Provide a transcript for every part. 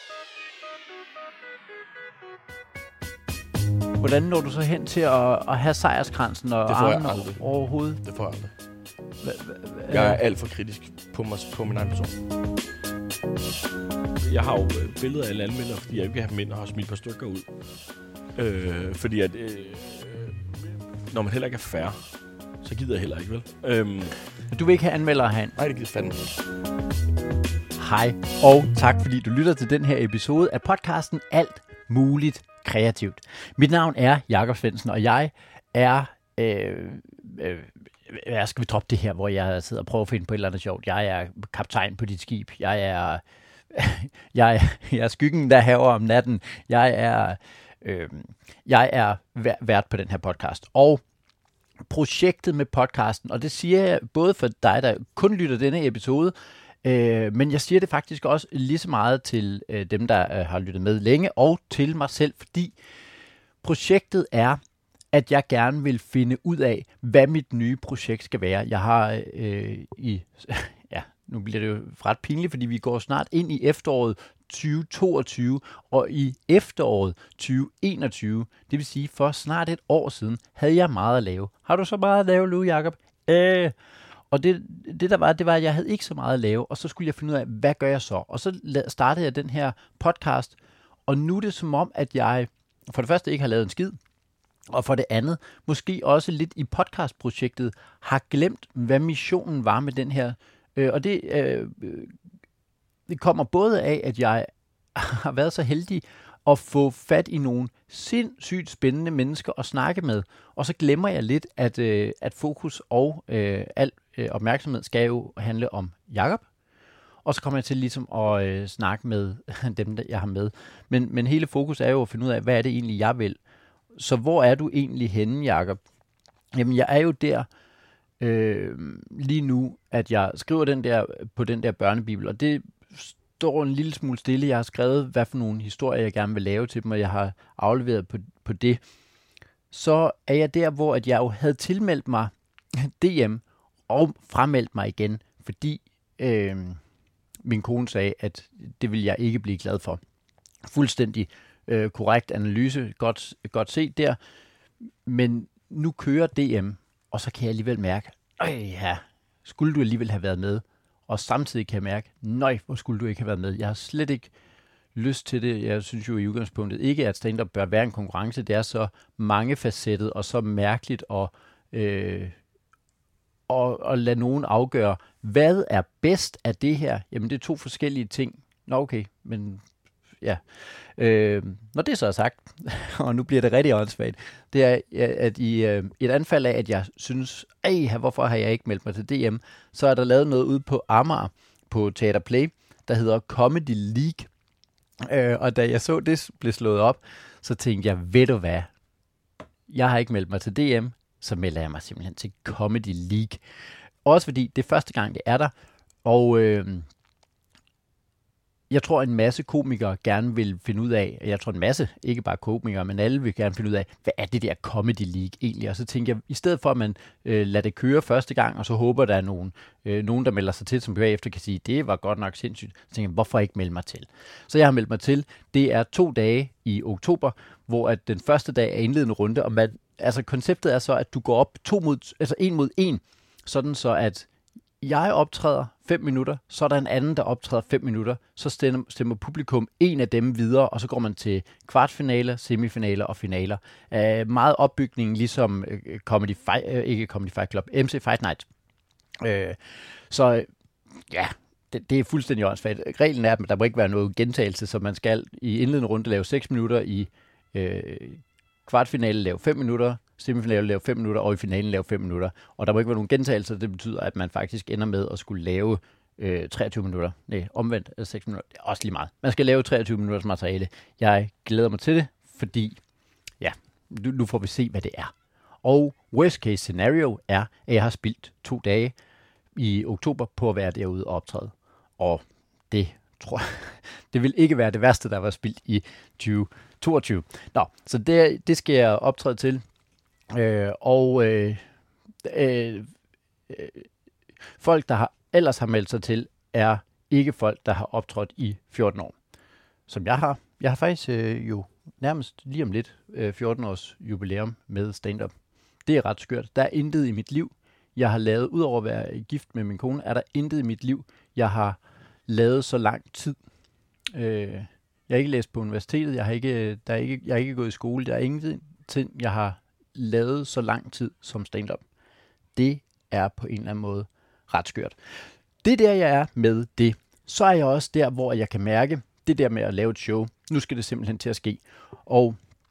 Hvordan når du så hen til at have sejrskransen og armen over hovedet? Det får jeg aldrig. Jeg er alt for kritisk på min egen person. Jeg har jo billeder af alle anmeldere, fordi jeg ikke vil have mænd og har smidt et par stykker ud. Fordi at når man heller ikke er fair, så gider jeg heller ikke, vel? Du vil ikke have anmeldere herhen? Nej, det gider fandme. Hej, og tak fordi du lytter til den her episode af podcasten Alt Muligt Kreativt. Mit navn er Jakob Svendsen, og jeg er... skal vi droppe det her, hvor jeg sidder og prøver at finde på et eller andet sjovt. Jeg er kaptajn på dit skib. Jeg er skyggen, der haver om natten. Jeg er vært på den her podcast. Og projektet med podcasten, og det siger jeg både for dig, der kun lytter denne episode, men jeg siger det faktisk også lige så meget til dem, der har lyttet med længe, og til mig selv, fordi projektet er, at jeg gerne vil finde ud af, hvad mit nye projekt skal være. Jeg har nu bliver det jo ret pinligt, fordi vi går snart ind i efteråret 2022, og i efteråret 2021, det vil sige for snart et år siden, havde jeg meget at lave. Har du så meget at lave, Lou, Jacob? Og det der var, det var, at jeg havde ikke så meget at lave, og så skulle jeg finde ud af, hvad gør jeg så? Og så startede jeg den her podcast, og nu er det som om, at jeg for det første ikke har lavet en skid, og for det andet, måske også lidt i podcastprojektet, har glemt, hvad missionen var med den her. Og det kommer både af, at jeg har været så heldig at få fat i nogle sindssygt spændende mennesker at snakke med. Og så glemmer jeg lidt, at fokus og al opmærksomhed skal jo handle om Jakob. Og så kommer jeg til ligesom at snakke med dem, der jeg har med. Men hele fokus er jo at finde ud af, hvad er det egentlig, jeg vil. Så hvor er du egentlig henne, Jakob? Jamen, jeg er jo der lige nu, at jeg skriver på den der børnebibel, og det står en lille smule stille. Jeg har skrevet, hvad for nogle historier, jeg gerne vil lave til dem, og jeg har afleveret på det. Så er jeg der, hvor at jeg jo havde tilmeldt mig DM, og frameldt mig igen, fordi min kone sagde, at det vil jeg ikke blive glad for. Fuldstændig korrekt analyse, godt set der, men nu kører DM, og så kan jeg alligevel mærke, skulle du alligevel have været med, og samtidig kan jeg mærke, hvor skulle du ikke have været med. Jeg har slet ikke lyst til det. Jeg synes jo i udgangspunktet ikke, at stand-up bør være en konkurrence. Det er så mangefacettet og så mærkeligt at lade nogen afgøre, hvad er bedst af det her? Jamen, det er to forskellige ting. Nå, okay, men ja. Når det så er sagt, og nu bliver det rigtig åndssvagt, det er, at i et anfald af, at jeg synes, hvorfor har jeg ikke meldt mig til DM, så er der lavet noget ude på Amager, på Teater Play, der hedder Comedy League. Og da jeg så det blev slået op, så tænkte jeg, ved du hvad, jeg har ikke meldt mig til DM, så melder jeg mig simpelthen til Comedy League. Også fordi det er første gang, det er der, og jeg tror, en masse komikere gerne vil finde ud af, jeg tror en masse, ikke bare komikere, men alle vil gerne finde ud af, hvad er det der Comedy League egentlig? Og så tænker jeg, i stedet for at man lader det køre første gang, og så håber der er nogen, der melder sig til, som bagefter kan sige, det var godt nok sindssygt, så tænker jeg, hvorfor ikke melde mig til? Så jeg har meldt mig til, det er 2 dage i oktober, hvor at den første dag er indledende runde, og konceptet er så, at du går op 1 mod 1, sådan så at jeg optræder 5 minutter, så er der en anden, der optræder 5 minutter, så stemmer publikum en af dem videre, og så går man til kvartfinaler, semifinaler og finaler. Meget opbygning, ligesom Comedy Fight Club, MC Fight Night. Så ja, det er fuldstændig åndssvagt. Reglen er, at der må ikke være noget gentagelse, så man skal i indledende runde lave 6 minutter, i kvartfinale lave 5 minutter, semifinale lave 5 minutter, og i finalen lave 5 minutter. Og der må ikke være nogen gentagelser. Det betyder, at man faktisk ender med at skulle lave 23 minutter. Nej, omvendt 6 minutter. Det er også lige meget. Man skal lave 23 minutters materiale. Jeg glæder mig til det, fordi nu får vi se, hvad det er. Og worst case scenario er, at jeg har spildt 2 dage i oktober på at være derude og optræde. Og det tror jeg, det vil ikke være det værste, der var spildt i 2022. Nå, så det skal jeg optræde til. Folk, der ellers har meldt sig til, er ikke folk, der har optrådt i 14 år. som jeg har. Jeg har faktisk jo nærmest lige om lidt 14 års jubilæum med stand-up. Det er ret skørt. Der er intet i mit liv, jeg har lavet, udover at være gift med min kone, er der intet i mit liv, jeg har lavet så lang tid. Jeg har ikke læst på universitetet, jeg har ikke gået i skole, der er ingenting, jeg har lavet så lang tid som stand-up. Det er på en eller anden måde ret skørt. Det er der, jeg er med det. Så er jeg også der, hvor jeg kan mærke, det der med at lave et show, nu skal det simpelthen til at ske. Og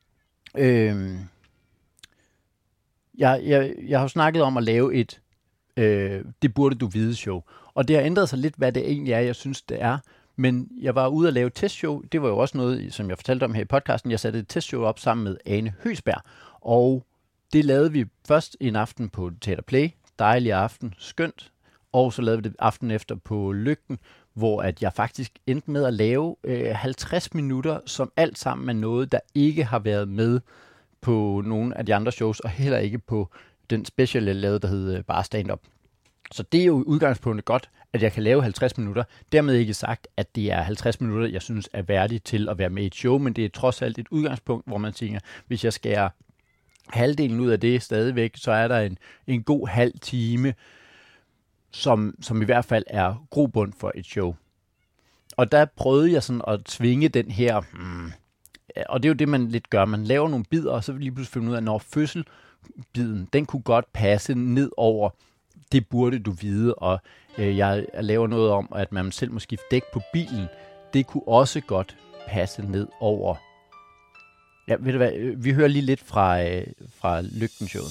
jeg har jo snakket om at lave et det burde du vide show. Og det har ændret sig lidt, hvad det egentlig er, jeg synes, det er. Men jeg var ude at lave et testshow. Det var jo også noget, som jeg fortalte om her i podcasten. Jeg satte et testshow op sammen med Ane Høsberg. Og det lavede vi først en aften på Teater Play. Dejlig aften. Skønt. Og så lavede vi det aften efter på Lygten, hvor at jeg faktisk endte med at lave 50 minutter, som alt sammen er noget, der ikke har været med på nogle af de andre shows, og heller ikke på den special, jeg lavede, der hed bare stand-up. Så det er jo udgangspunktet godt, at jeg kan lave 50 minutter. Dermed ikke sagt, at det er 50 minutter, jeg synes er værdigt til at være med i et show, men det er trods alt et udgangspunkt, hvor man tænker, hvis jeg skærer halvdelen ud af det stadigvæk, så er der en god halv time, som i hvert fald er grobund for et show. Og der prøvede jeg sådan at tvinge den her, og det er jo det, man lidt gør. Man laver nogle bidder, og så vil lige pludselig finde ud af, når fødselbiden, den kunne godt passe ned over, det burde du vide, og jeg laver noget om, at man selv må skifte dæk på bilen. Det kunne også godt passe ned over. Ja, ved du hvad, vi hører lige lidt fra Lygten-showet.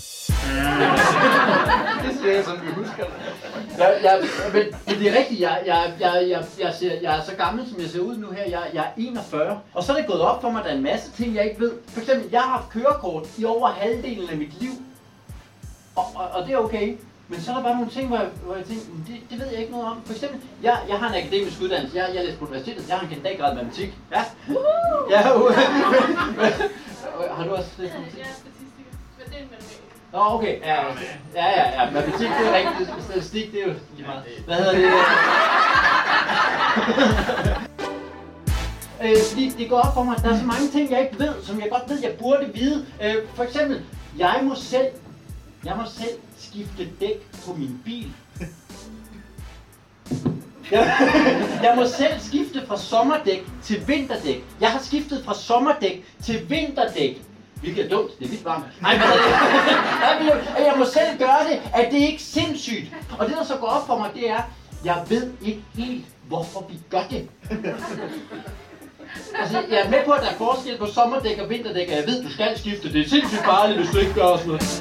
Det ser jeg, som vi husker. Men det er rigtigt, jeg er så gammel, som jeg ser ud nu her. Jeg er 41, og så er det gået op for mig, at der er en masse ting, jeg ikke ved. For eksempel, jeg har haft kørekort i over halvdelen af mit liv, og det er okay. Men så er der bare nogle ting, hvor jeg tænker, det ved jeg ikke noget om. For eksempel, jeg har en akademisk uddannelse. Jeg læser på universitetet. Jeg har en kandidatgrad i matematik. Ja. Ja. Har du også læst matematik? Ja, statistiker. Men det er en matematik. Nå, okay. Ja. Matematik, det er rigtigt. Statistik, det er jo lige meget. Hvad hedder det? Fordi det går op for mig, at der er så mange ting, jeg ikke ved, som jeg godt ved, jeg burde vide. For eksempel, jeg må selv skifte dæk på min bil. Jeg må selv skifte fra sommerdæk til vinterdæk. Jeg har skiftet fra sommerdæk til vinterdæk. Hvilket er dumt, det er vildt varmt. Jeg må selv gøre det, at det er ikke sindssygt. Og det der så går op for mig, det er, jeg ved ikke helt, hvorfor vi gør det. Altså, jeg er med på, at der er forskel på sommerdæk og vinterdæk, og jeg ved, du skal skifte. Det er sindssygt farligt, hvis du ikke gør sådan noget.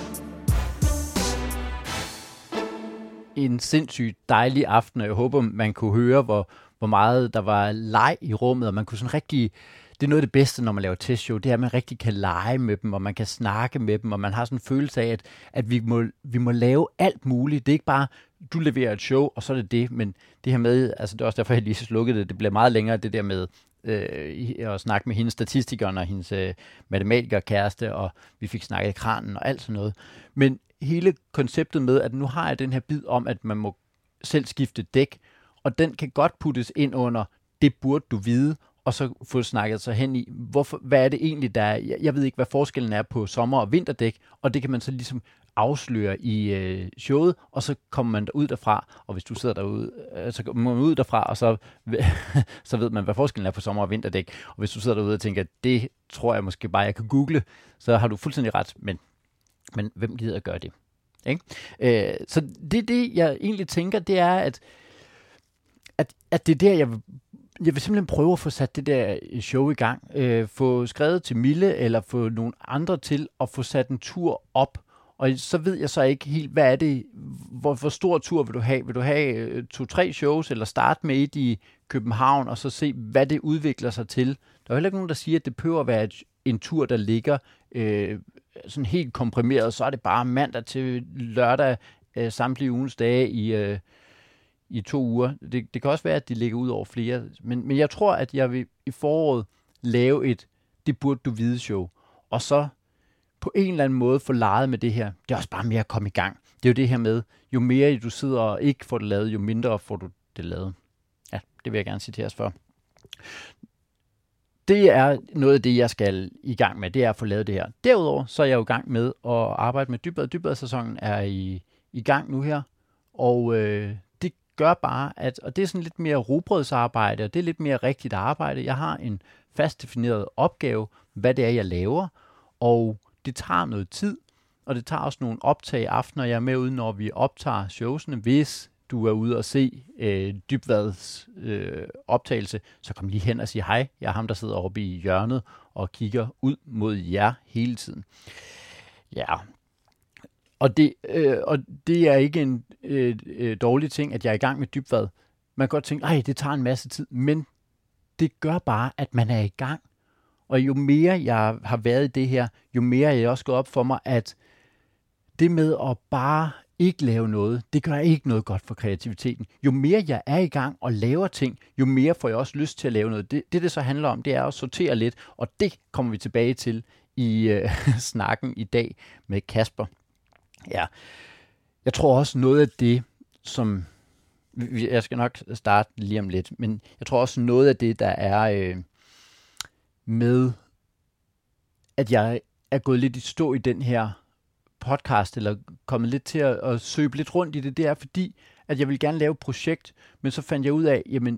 En sindssygt dejlig aften, og jeg håber, man kunne høre, hvor meget der var leg i rummet, og man kunne sådan rigtig, det er noget af det bedste, når man laver testshow, det er, at man rigtig kan lege med dem, og man kan snakke med dem, og man har sådan en følelse af, at vi må lave alt muligt. Det er ikke bare, du leverer et show, og så er det det, men det her med, altså det er også derfor, jeg lige slukkede det bliver meget længere, det der med at snakke med hendes statistikeren og hendes matematikerkæreste, og vi fik snakket i kranen og alt sådan noget. Men hele konceptet med, at nu har jeg den her bid om, at man må selv skifte dæk, og den kan godt puttes ind under, det burde du vide, og så få snakket sig hen i, hvad er det egentlig, der er, jeg ved ikke, hvad forskellen er på sommer- og vinterdæk, og det kan man så ligesom afsløre i showet, og så kommer man ud derfra, og hvis du sidder derude, så kommer man ud derfra, og så ved man, hvad forskellen er på sommer- og vinterdæk, og hvis du sidder derude og tænker, det tror jeg måske bare, jeg kan google, så har du fuldstændig ret, men hvem gider at gøre det? Ikke? Så det, jeg egentlig tænker, det er, at det er der, jeg vil simpelthen prøve at få sat det der show i gang. Få skrevet til Mille, eller få nogle andre til at få sat en tur op. Og så ved jeg så ikke helt, hvad er det, hvor stor tur vil du have? Vil du have 2-3 shows, eller starte med et i København, og så se, hvad det udvikler sig til? Der er heller ikke nogen, der siger, at det behøver at være en tur, der ligger sådan helt komprimeret, så er det bare mandag til lørdag samtlige ugens dage i 2 uger. Det kan også være, at de ligger ud over flere. Men jeg tror, at jeg vil i foråret lave et det burde du vide show. Og så på en eller anden måde få leget med det her. Det er også bare mere at komme i gang. Det er jo det her med, jo mere du sidder og ikke får det lavet, jo mindre får du det lavet. Ja, det vil jeg gerne citeres for. det er noget af det, jeg skal i gang med, det er at få lavet det her. Derudover så er jeg jo i gang med at arbejde med Dybvad. Dybvad-sæsonen er i gang nu her, og det gør bare, og det er sådan lidt mere rugbrødsarbejde, og det er lidt mere rigtigt arbejde. Jeg har en fast defineret opgave, hvad det er, jeg laver, og det tager noget tid, og det tager også nogle optag aftener. Jeg er med ude, når vi optager showsene. Hvis du er ude og se Dybvads optagelse, så kom lige hen og sig hej. Jeg er ham, der sidder oppe i hjørnet og kigger ud mod jer hele tiden. Ja, og det er ikke en dårlig ting, at jeg er i gang med Dybvad. Man kan godt tænke, det tager en masse tid, men det gør bare, at man er i gang. Og jo mere jeg har været i det her, jo mere er jeg også gået op for mig, at det med at bare ikke lave noget, det gør ikke noget godt for kreativiteten. Jo mere jeg er i gang og laver ting, jo mere får jeg også lyst til at lave noget. Det så handler om, det er at sortere lidt, og det kommer vi tilbage til i snakken i dag med Kasper. Ja, jeg tror også noget af det, som jeg skal nok starte lige om lidt, men jeg tror også noget af det, der er med, at jeg er gået lidt i stå i den her podcast, eller kommet lidt til at søge lidt rundt i det, det er fordi, at jeg vil gerne lave et projekt, men så fandt jeg ud af, jamen,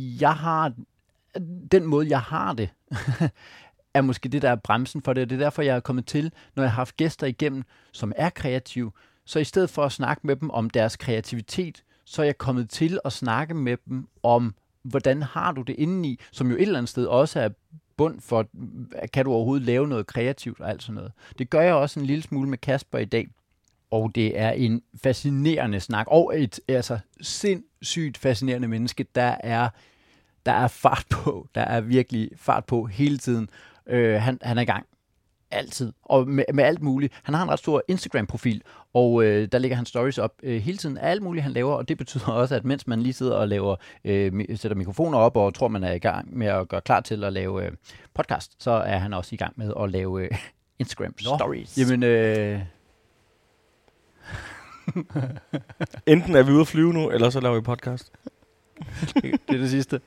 den måde, jeg har det, er måske det, der er bremsen for det, og det er derfor, jeg er kommet til, når jeg har haft gæster igennem, som er kreative, så i stedet for at snakke med dem om deres kreativitet, så er jeg kommet til at snakke med dem om, hvordan har du det indeni, som jo et eller andet sted også er bund for, kan du overhovedet lave noget kreativt og alt sådan noget. Det gør jeg også en lille smule med Kasper i dag, og det er en fascinerende snak, og et sindssygt fascinerende menneske, der er fart på, der er virkelig fart på hele tiden. Han er i gang altid, og med alt muligt. Han har en ret stor Instagram-profil, og der lægger han stories op hele tiden af alt muligt, han laver, og det betyder også, at mens man lige sidder og sætter mikrofoner op, og tror, man er i gang med at gøre klar til at lave podcast, så er han også i gang med at lave Instagram-stories. Jamen, enten er vi ude at flyve nu, eller så laver vi podcast. Det er det sidste.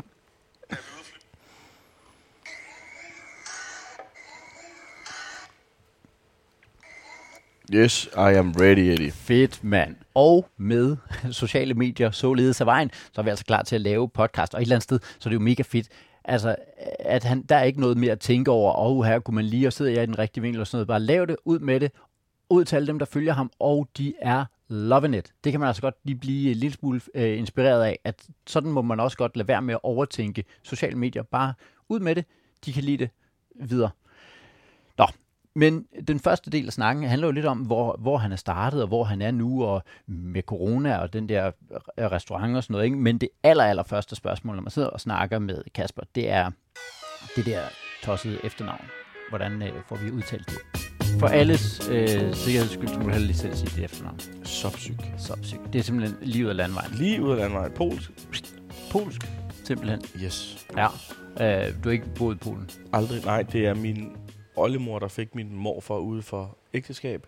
Yes, I am ready, Eddie. Fedt, mand. Og med sociale medier således af vejen, så er vi altså klar til at lave podcast. Og et eller andet sted, så er det jo mega fedt. Altså, at der er ikke noget mere at tænke over, her kunne man lige, og sidder jeg i den rigtige vinkel og sådan noget. Bare lav det, ud med det, ud til alle dem, der følger ham, og de er loving it. Det kan man altså godt lige blive en lille smule inspireret af, at sådan må man også godt lade være med at overtænke sociale medier. Bare ud med det, de kan lide det videre. Nå. Men den første del af snakken handler jo lidt om, hvor han er startet, og hvor han er nu, og med corona og den der restaurant og sådan noget. Ikke? Men det allerførste spørgsmål, når man sidder og snakker med Kasper, det er det der tossede efternavn. Hvordan får vi udtalt det? For alles sikkerheds skyld, så må du heller lige selv sige det efternavn. Sopsyk. Det er simpelthen lige ud af landvejen. Lige ud af landvejen. Polsk. Polsk, simpelthen. Yes. Ja. Du har ikke boet i Polen? Aldrig. Nej, det er min oldemor, der fik min morfar ude for ægteskab.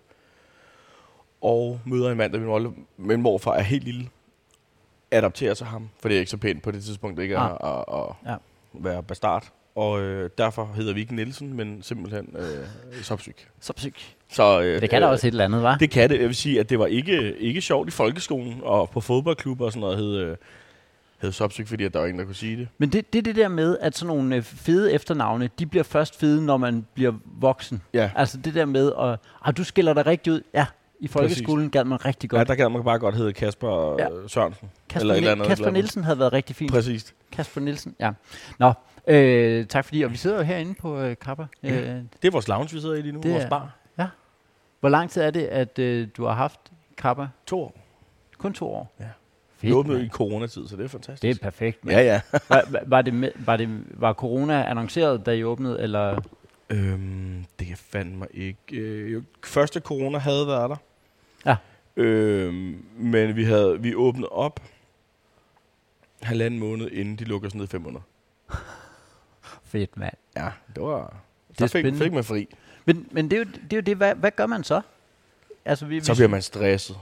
Og møder en mand, der min morfar er helt lille. Adopterer sig ham, for det er ikke så pænt på det tidspunkt, ikke at være bastard. Og derfor hedder vi ikke Nielsen, men simpelthen Sopsyk. Sopsyk. Så, det kan da også et eller andet, hva'? Det kan det. Jeg vil sige, at det var ikke sjovt i folkeskolen og på fodboldklubber og sådan noget hed Sopsyk, fordi at der var ingen, der kunne sige det. Men det er det der med, at sådan nogle fede efternavne, de bliver først fede, når man bliver voksen. Ja. Altså det der med, du skiller dig rigtig ud. Ja, i folkeskolen gad man rigtig godt. Ja, der gad man bare godt hedde Kasper Sørensen. Kasper Nielsen havde været rigtig fint. Præcis. Kasper Nielsen, ja. Nå, tak fordi, og vi sidder jo herinde på Kappa. Ja. Det er vores lounge, vi sidder i lige nu, vores bar. Ja. Hvor lang tid er det, at du har haft Kappa? 2 år. Kun 2 år? Ja. Vi åbnede i coronatid, så det er fantastisk. Det er perfekt. Man. Ja. Var corona annonceret, da I åbnede, eller? Det kan fandme ikke. Første corona havde været der. Ja. Men vi åbnede op 1,5 måned, inden de lukker os ned i 5 måneder. Fedt, mand. Ja, det var... Det fik man fri. Men det er jo det. Hvad gør man så? Altså, så bliver man stresset.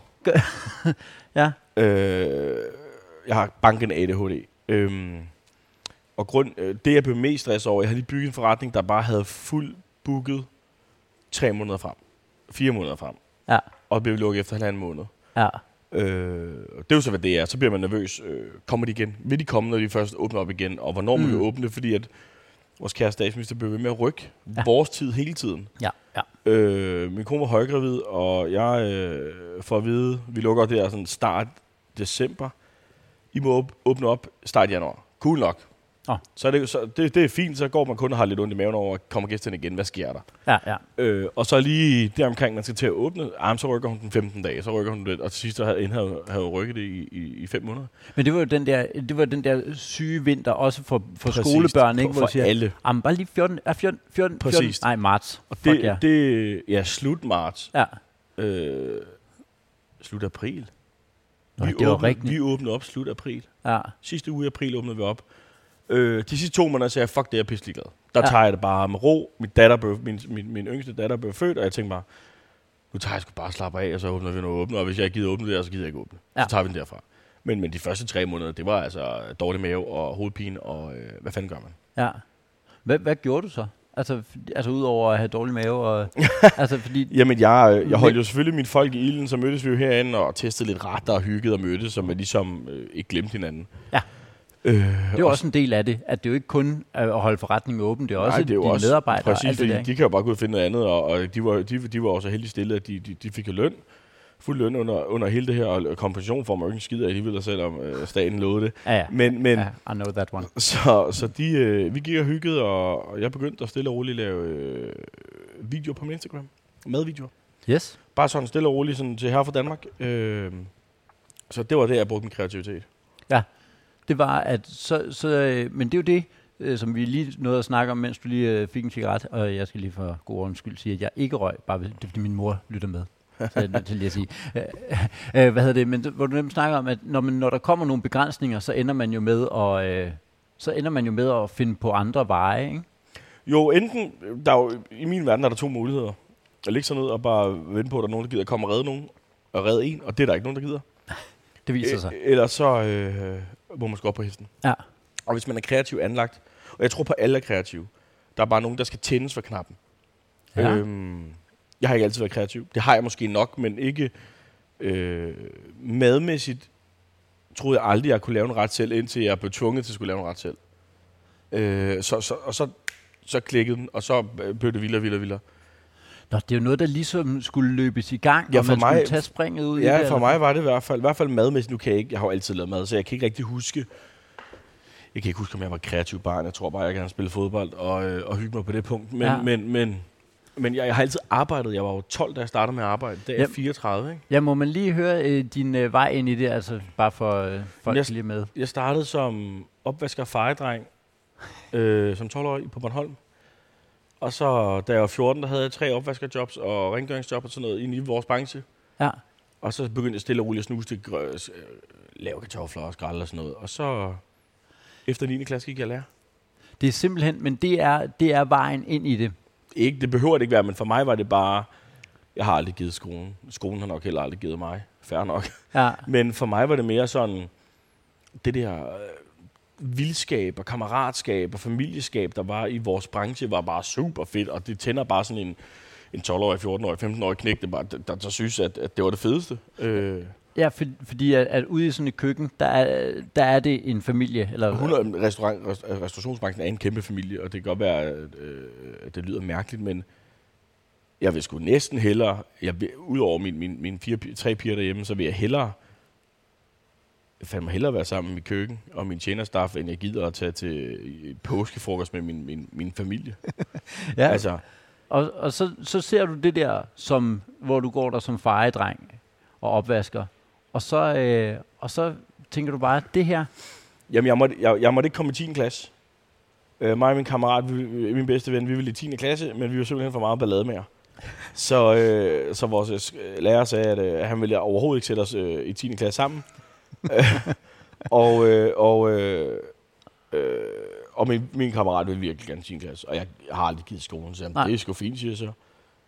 Ja. Jeg har banken ADHD. Og det, jeg blev mest stresset over, jeg havde lige bygget en forretning, der bare havde fuldt booket 3 måneder frem. 4 måneder frem. Ja. Og blev lukket efter 1,5 måned. Ja. Det er jo så, hvad det er. Så bliver man nervøs. Kommer de igen? Vil de komme, når de først åbner op igen? Og hvornår må vi åbne det? Fordi at vores kære statsminister blev ved med at rykke vores tid hele tiden. Ja. Min kone var højgravid, og jeg får at vide, vi lukker der sådan start december. I må åbne op start januar. Cool nok. Så det er fint, så går man kun og har lidt ondt i maven over, kommer gæsterne igen, hvad sker der? Ja. Og så lige deromkring, man skal til at åbne, så rykker hun den 15 dage, så rykker hun det, og til sidst havde rykket det i 5 måneder. Men det var den der syge vinter, også for skolebørn, ikke? Hvor for alle. Bare lige 14, nej, marts. Og det slut marts. Ja. Slut april. Vi åbnede op slut april. Ja. Sidste uge i april åbnede vi op. De sidste 2 måneder sagde jeg, fuck det, jeg er pisselig glad. Der tager jeg det bare med ro. Min yngste datter blev født, og jeg tænkte bare, nu tager jeg sgu bare slappe af, og så åbner vi noget åbne. Og hvis jeg ikke gider åbne det, så gider jeg ikke åbne. Så tager vi den derfra. Men de første 3 måneder, det var altså dårlig mave og hovedpine, og hvad fanden gør man? Ja. Hvad gjorde du så? Altså udover at have dårlig mave og fordi jamen jeg holdt jo selvfølgelig mine folk i ilden, så mødtes vi jo herinde og testede lidt retter og hyggede og mødtes, så man ligesom ikke glemte hinanden. Ja. Det er jo også en del af det, at det jo ikke kun er at holde forretningen åben, det er også dine medarbejdere. Præcis, og alt det der. De kan jo bare gå ud og finde noget andet, og de var også heldig stillet, at de fik jo løn. Fuld løn under hele det her, og kompensation for mig ikke en skid af alligevel, selvom staten lovede det. Ja. Men I know that one. Så vi gik og hyggede, og jeg begyndte at stille og roligt lave videoer på min Instagram. Madvideoer. Yes. Bare sådan stille og roligt sådan til her fra Danmark. Så det var det, jeg brugte min kreativitet. Ja, det var at men det er jo det, som vi lige nåede at snakke om, mens du lige fik en cigaret, og jeg skal lige for god ordens skyld sige, at jeg ikke røg, bare det er, fordi min mor lytter med. Så til lige at sige. Hvad hedder det? Men hvor du nemlig snakker om, at når der kommer nogle begrænsninger, så ender man jo med at finde på andre veje, ikke? Jo, enten i min verden er der 2 muligheder. At ligge sådan ned og bare vente på, at der er nogen, der gider at komme og redde nogen, og redde en, og det er der ikke nogen, der gider. Det viser sig. Eller så må man gå op på hesten. Ja. Og hvis man er kreativ anlagt, og jeg tror på alle er kreative, der er bare nogen, der skal tændes for knappen. Ja. Jeg har ikke altid været kreativ. Det har jeg måske nok, men ikke madmæssigt troede jeg aldrig, jeg kunne lave en ret selv, indtil jeg blev tvunget til at skulle lave en ret selv. Så klikkede den, og så blev det vildere. Nå, det er jo noget, der ligesom skulle løbes i gang, ja, og man skulle tage springet ud i det. Ja, for mig var det i hvert fald madmæssigt. Nu kan jeg har jo altid lavet mad, så jeg kan ikke rigtig huske. Jeg kan ikke huske, om jeg var kreativ barn. Jeg tror bare, jeg gerne spille fodbold og hygge mig på det punkt. Men jeg har altid arbejdet. Jeg var jo 12, da jeg startede med at arbejde. Det er 34, ikke? Ja, må man lige høre din vej ind i det, altså bare for folk lige med. Jeg startede som opvasker fejedreng som 12-årig på Bornholm. Og så, da jeg var 14, der havde jeg 3 opvaskerjobs og rengøringsjob og sådan noget inde i vores branche. Ja. Og så begyndte jeg stille og roligt at snuse til lave kartofler og skralde og sådan noget. Og så efter 9. klasse gik jeg lærer. Det er simpelthen, men det er vejen ind i det. Det behøver det ikke være, men for mig var det bare, jeg har aldrig givet skolen. Skolen har nok heller aldrig givet mig. Fair nok. Ja. Men for mig var det mere sådan, det der vildskab og kammeratskab og familieskab, der var i vores branche, var bare super fedt. Og det tænder bare sådan en 12-årig, 14-årig, 15-årig knægt, der synes, at det var det fedeste. Ja, fordi at ude i sådan et køkken, der er det en familie. Eller restaurationsbranchen er en kæmpe familie, og det kan godt være, at det lyder mærkeligt, men jeg vil sgu næsten hellere, udover mine 3 piger derhjemme, så vil jeg hellere være sammen i køkken og min tjenerstaff, end jeg gider at tage til påskefrokost med min familie. Ja. Altså. Og så ser du det der, hvor du går der som fejedreng og opvasker. Og så tænker du bare, det her... Jamen, jeg måtte ikke komme i 10. klasse. Mig og min kammerat, min bedste ven, vi ville i 10. klasse, men vi var simpelthen for meget ballade med jer. Så vores lærer sagde, at han ville overhovedet ikke sætte os i 10. klasse sammen. Og min kammerat ville virkelig gerne i 10. klasse, og jeg har aldrig givet skolen, så det er sgu fint, siger jeg så.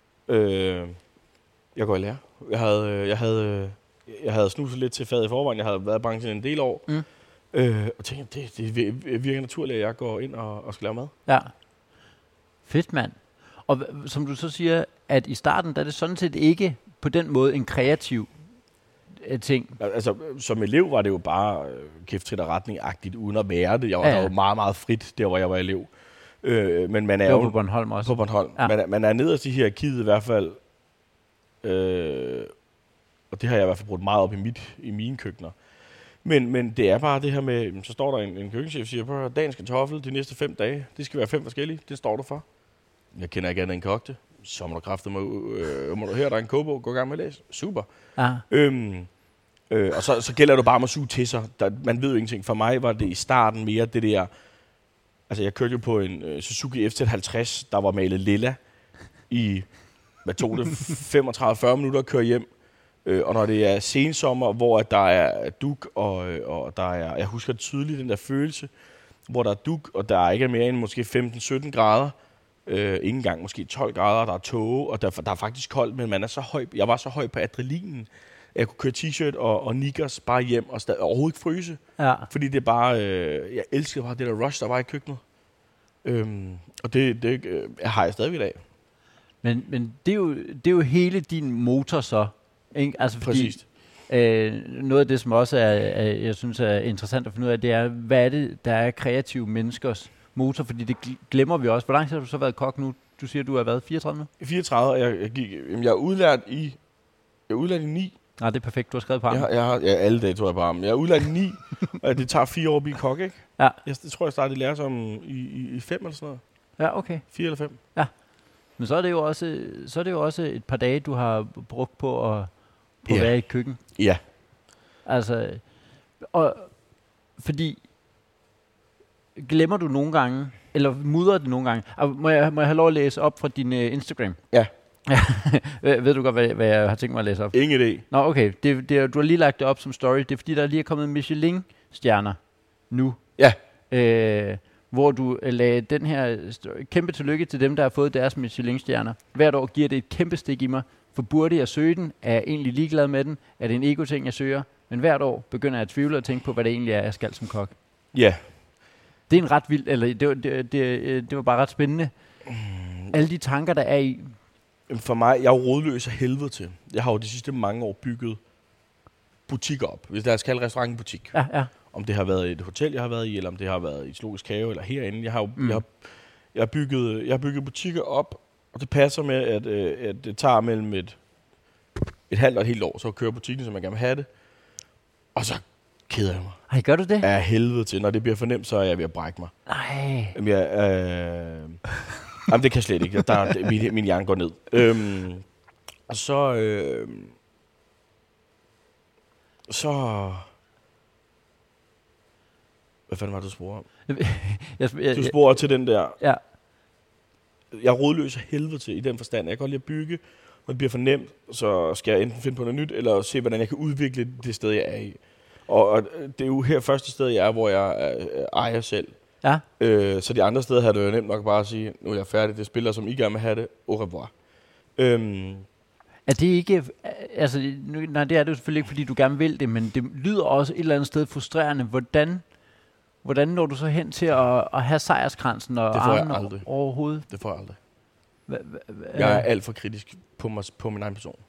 Jeg går i lære. Jeg havde snuset lidt til faget i forvejen. Jeg havde været i branchen en del år. Og tænkte, det virker naturligt, at jeg går ind og skal lave mad. Ja. Fedt, mand. Og som du så siger, at i starten, der er det sådan set ikke på den måde en kreativ ting. Altså, som elev var det jo bare kæft og retning-agtigt, uden at være det. Jeg var der jo meget, meget frit, der hvor jeg var elev. Men man er jo på Bornholm også. På Bornholm. Ja. Man er nederst i hierarkiet i hvert fald. Og det har jeg i hvert fald brugt meget op i mine køkkener. Men det er bare det her med, så står der en køkkenchef og siger, på dagens kartoffel de næste 5 dage, det skal være 5 forskellige, det står du for. Jeg kender ikke andet end kogte. Så må du kræfte mig må du høre, der er en kogebog, gå i gang med at læse. Super. Og så gælder det bare om at suge til sig. Man ved jo ingenting. For mig var det i starten mere det der, altså jeg kørte jo på en Suzuki FZ50, der var malet lilla i, hvad tog det, 35-40 minutter at køre hjem. Og når det er sensommer, hvor der er dug, og der er, jeg husker tydeligt den der følelse, hvor der er dug, og der ikke er mere end måske 15-17 grader, ikke engang måske 12 grader, der er tåge, og der er faktisk koldt, men man er så høj. Jeg var så høj på adrenalinen, at jeg kunne køre t-shirt og knickers bare hjem, og overhovedet ikke fryse. Ja. Fordi det er bare, jeg elsker bare det der rush, der var i køkkenet. Og det har jeg stadigvæk i dag. Men det er jo hele din motor så. Ikke? Altså fordi, præcis. Noget af det, som også jeg synes er interessant at finde ud af, det er, hvad er det, der er kreative menneskers motor? Fordi det glemmer vi også. Hvor lang tid har du så været kok nu? Du siger, du har været 34 nu? 34, jeg er udlært i 9. Nej, det er perfekt. Du har skrevet på armen. Ja, alle dage tror jeg på armen. Jeg er udlært i 9, og det tager 4 år at blive kok, ikke? Ja. Jeg tror, jeg startede lære som i 5 eller sådan noget. Ja, okay. 4 eller 5. Ja. Men så er det jo også et par dage, du har brugt på at være i et køkken. Ja. Altså, og fordi glemmer du nogle gange, eller mudrer det nogle gange? Må jeg have lov at læse op fra din Instagram? Ja. Ved du godt, hvad jeg har tænkt mig at læse op? Ingen idé. Nå, okay. Du har lige lagt det op som story. Det er fordi, der lige er kommet Michelin-stjerner nu. Ja. Hvor du lagde den her kæmpe tillykke til dem, der har fået deres Michelin-stjerner. Hvert år giver det et kæmpe stik i mig. For burde jeg søge den? Er jeg egentlig ligeglad med den? Er det en ego-ting, jeg søger? Men hvert år begynder jeg at tvivle og tænke på, hvad det egentlig er, jeg skal som kok. Ja. Det er en ret vild, eller det var bare ret spændende. Alle de tanker, der er i. For mig, jeg er jo rådløs af helvede til. Jeg har jo de sidste mange år bygget butikker op. Hvis der skal restaurant en butik. Ja. Om det har været et hotel, jeg har været i, eller om det har været i Zoologisk Have, eller herinde. Jeg har bygget butikker op, og det passer med, at det tager mellem et halvt og et helt år, så kører butikken, som jeg gerne vil have det. Og så keder jeg mig. Ej, gør du det? Af helvede til. Når det bliver for nemt, så er jeg ved at brække mig. Nej. Jamen, det kan jeg slet ikke. Min hjerne går ned. Og så... Hvad fanden var det, du spurgte om? Du spurgte til den der... Ja. Jeg er rådløs af helvede til, i den forstand. Jeg kan godt lide at bygge, når det bliver for nemt, så skal jeg enten finde på noget nyt, eller se, hvordan jeg kan udvikle det sted, jeg er i. Og det er jo her første sted, jeg er, hvor jeg ejer selv. Ja. Så de andre steder har det jo nemt nok bare at sige, nu er jeg færdig, det spiller, som I gerne vil have det, au revoir. Er det ikke, altså, nej, det er det jo selvfølgelig ikke, fordi du gerne vil det, men det lyder også et eller andet sted frustrerende. Hvordan når du så hen til at have sejrskransen og armen overhovedet? Det får jeg aldrig. Jeg er alt for kritisk på min egen person.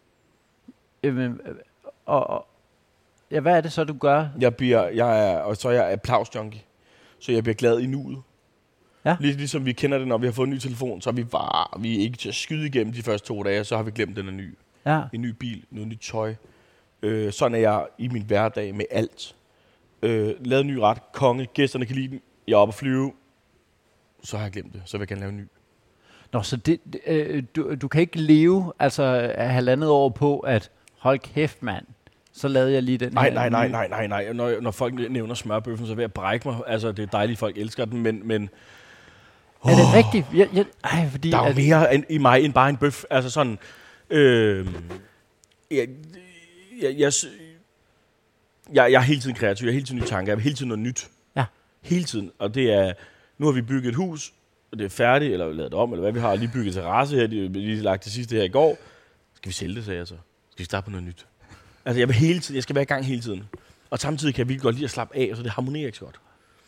Hvad er det så, du gør? Jeg er applaus-junkie. Så jeg bliver glad i nuet. Ja. Ligesom vi kender det, når vi har fået en ny telefon, så er vi ikke til at skyde igennem de første 2 dage, så har vi glemt, den er ny. Ja. En ny bil, noget nyt tøj. Sådan er jeg i min hverdag med alt. Lavet en ny ret, konge, gæsterne kan lide den, jeg er oppe at flyve, så har jeg glemt det, så vil jeg gerne lave en ny. Nå, så du kan ikke leve 1,5 år på, at hold kæft, mand, så lavede jeg lige den her. Nej. Når folk nævner smørbøffen, så vil jeg brække mig. Altså, det er dejligt, folk elsker den, men... Er det rigtigt? Fordi der er jo mere i mig end bare en bøf. Altså sådan... Jeg er hele tiden kreativ, jeg er hele tiden nye tanker, jeg har hele tiden noget nyt. Ja. Hele tiden. Og det er... Nu har vi bygget et hus, og det er færdigt, eller lavet det om, eller hvad vi har. Lige bygget terrasse her, lige lagt det sidste her i går. Skal vi sælge det, sagde jeg så? Skal vi starte på noget nyt? Altså, jeg skal være i gang hele tiden. Og samtidig kan jeg virkelig godt lide at slappe af, så det harmonerer ikke så godt.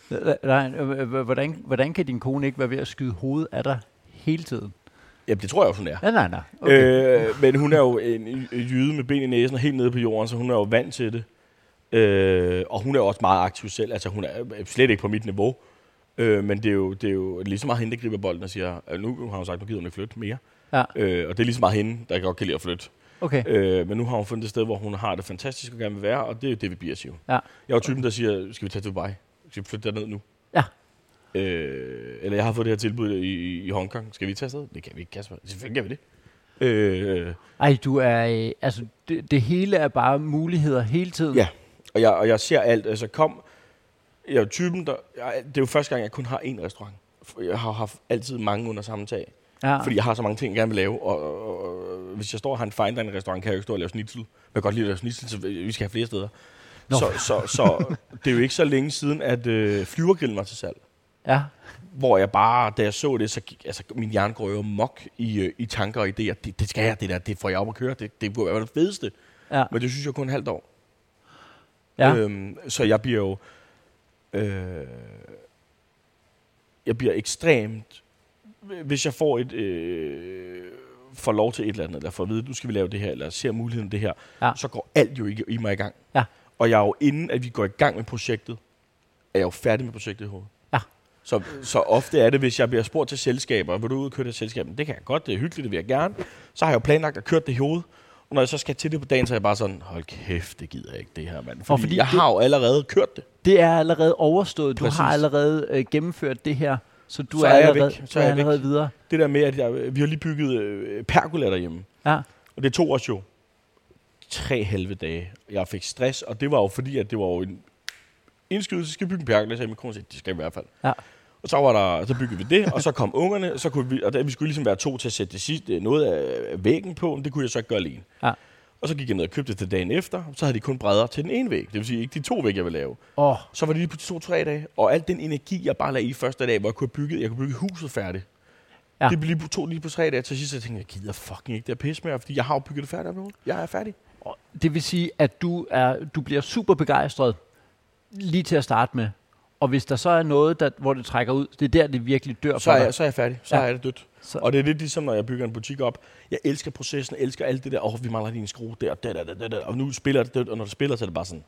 Hvordan kan din kone ikke være ved at skyde hovedet af dig hele tiden? Jamen, det tror jeg jo, hun er. Ja, nej. Okay. Men hun er jo en jyde med ben i næsen og helt nede på jorden, så hun er jo vant til det. Og hun er også meget aktiv selv. Altså, hun er slet ikke på mit niveau. Men det er jo lige så meget hende, der griber bolden og siger, nu har hun sagt, nu gider hun ikke flytte mere. Ja. Og det er lige så meget hende, der godt kan lide at flytte. Okay. Men nu har hun fundet et sted, hvor hun har det fantastisk og gerne vil være, og det er jo det, vi bliver, siger hun. Ja. Jeg er jo typen, der siger, skal vi tage til Dubai? Skal vi flytte derned nu? Ja. Eller jeg har fået det her tilbud i Hongkong. Skal vi tage afsted? Det kan vi ikke, Kasper. Selvfølgelig kan vi det. Ej, du er... altså, det hele er bare muligheder hele tiden. Ja, og jeg ser alt. Altså, jeg er jo typen, det er jo første gang, jeg kun har én restaurant. Jeg har haft altid mange under samme tag. Ja. Fordi jeg har så mange ting, jeg gerne vil lave. Og hvis jeg står og har en fine dining restaurant, kan jeg jo ikke stå og lave schnitzel. Men jeg kan godt lide at lave schnitzel, så vi skal have flere steder. Så det er jo ikke så længe siden, at flyvergrillen var til salg. Ja. Hvor jeg bare, da jeg så det, så min hjerne går jo mok i tanker og idéer. Det skal jeg, det får jeg op at køre. Det kunne være det fedeste. Ja. Men det synes jeg kun et halvt år. Ja. Så jeg bliver jo... jeg bliver ekstremt... Hvis jeg får får lov til et eller andet, eller får at vide, nu skal vi lave det her, eller ser muligheden det her, så går alt jo i mig i gang. Ja. Og jeg er jo, inden at vi går i gang med projektet, er jeg jo færdig med projektet i hovedet. Ja. Så ofte er det, hvis jeg bliver spurgt til selskaber, vil du ud og køre det selskab? Det kan jeg godt, det er hyggeligt, det vil jeg gerne. Så har jeg jo planlagt at køre det i hovedet. Og når jeg så skal til det på dagen, så er jeg bare sådan, hold kæft, det gider jeg ikke, det her, mand. Fordi jeg har jo allerede kørt det. Det er allerede overstået. Præcis. Du har allerede gennemført det her, så du er allerede videre. Det der med, at vi har lige bygget pergola derhjemme. Ja. Og det tog os jo 3 halve dage. Jeg fik stress, og det var jo fordi, at det var jo en indskydelse, så skal vi bygge en pergola, så min kone sagde, det skal i hvert fald. Ja. Og så byggede vi det, og så kom ungerne, så kunne vi skulle ligesom være 2 til at sætte det sidste, noget af væggen på, men det kunne jeg så ikke gøre alene. Ja. Og så gik jeg ned og købte det dagen efter, så havde de kun brædder til den ene væg. Det vil sige ikke de 2 vægge, jeg ville lave. Så var det lige på 2-3 dage, og al den energi, jeg bare lagde i første dag, hvor jeg kunne bygge huset færdigt. Ja. Det blev lige på 3 dage, til sidst jeg tænkte, jeg gider fucking ikke det her pis mere, fordi jeg har jo bygget det færdigt nu. Jeg er færdig. Det vil sige, at du bliver super begejstret lige til at starte med. Og hvis der så er noget, hvor det trækker ud, det er der, det virkelig dør for dig. Så er jeg færdig. Så er det dødt. Og det er lidt ligesom, når jeg bygger en butik op. Jeg elsker processen, elsker alt det der. Vi mangler lige en skrue der. Og nu spiller det, og når det spiller, så er det bare sådan...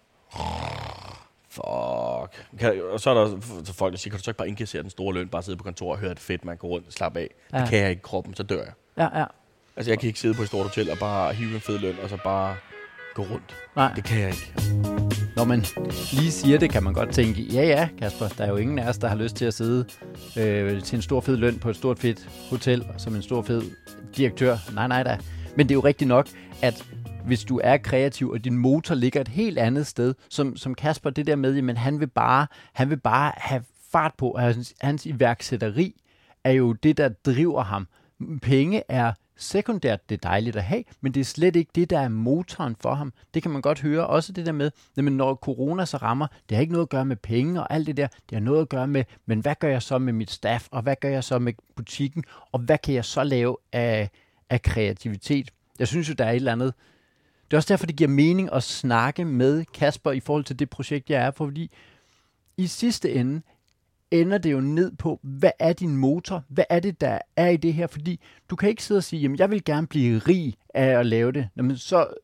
Fuck. Og så er der folk, der siger, kan du så ikke bare indkassere den store løn, bare sidde på kontor og høre det fedt, man går rundt og slappe af. Ja. Det kan jeg ikke i kroppen, så dør jeg. Ja. Altså, jeg kan ikke sidde på et stort hotel og bare hive en fed løn, og så bare gå rundt. Nej. Det kan jeg ikke. Når man lige siger det, kan man godt tænke, ja, Kasper, der er jo ingen af os, der har lyst til at sidde til en stor fed løn på et stort fedt hotel, som en stor fed direktør. Nej da. Men det er jo rigtigt nok, at hvis du er kreativ, og din motor ligger et helt andet sted, som Kasper, det der med, men han vil bare have fart på, hans iværksætteri er jo det, der driver ham. Penge er sekundært, det er dejligt at have, men det er slet ikke det, der er motoren for ham. Det kan man godt høre. Også det der med, når corona så rammer, det har ikke noget at gøre med penge og alt det der. Det har noget at gøre med, men hvad gør jeg så med mit staff, og hvad gør jeg så med butikken, og hvad kan jeg så lave af kreativitet? Jeg synes jo, der er et eller andet. Det er også derfor, det giver mening at snakke med Kasper i forhold til det projekt, jeg er på, fordi i sidste ende ender det jo ned på, hvad er din motor? Hvad er det, der er i det her? Fordi du kan ikke sidde og sige, jamen jeg vil gerne blive rig af at lave det. Jamen,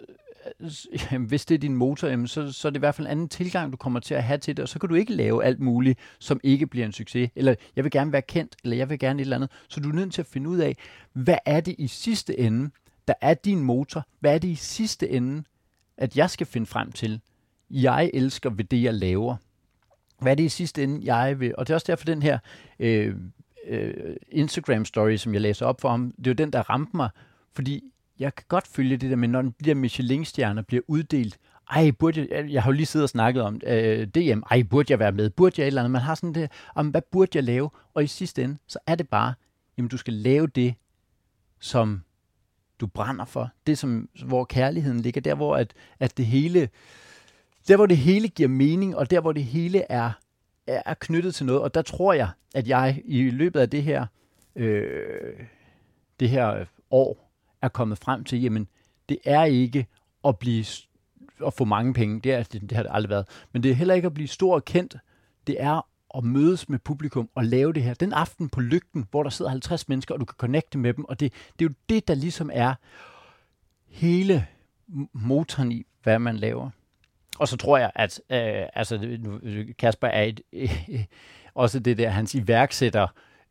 hvis det er din motor, jamen, så er det i hvert fald en anden tilgang, du kommer til at have til det, og så kan du ikke lave alt muligt, som ikke bliver en succes. Eller jeg vil gerne være kendt, eller jeg vil gerne et eller andet. Så du er nødt til at finde ud af, hvad er det i sidste ende, der er din motor? Hvad er det i sidste ende, at jeg skal finde frem til? Jeg elsker ved det, jeg laver. Hvad er det i sidste ende, jeg vil? Og det er også derfor den her Instagram-story, som jeg læser op for ham, det er jo den, der ramte mig, fordi jeg kan godt følge det der med, når de der Michelin-stjerner bliver uddelt. Jeg har jo lige siddet og snakket om DM. Burde jeg være med? Burde jeg et eller andet? Man har sådan det, hvad burde jeg lave? Og i sidste ende, så er det bare, jamen du skal lave det, som du brænder for. Det, hvor kærligheden ligger. Der, hvor at det hele... Der, hvor det hele giver mening, og der, hvor det hele er knyttet til noget. Og der tror jeg, at jeg i løbet af det her år er kommet frem til, jamen, det er ikke at blive at få mange penge. Det har det aldrig været. Men det er heller ikke at blive stor og kendt. Det er at mødes med publikum og lave det her. Den aften på Lygten, hvor der sidder 50 mennesker, og du kan connecte med dem. Og det er jo det, der ligesom er hele motoren i, hvad man laver. Og så tror jeg, at Kasper er også det der, hans iværksætter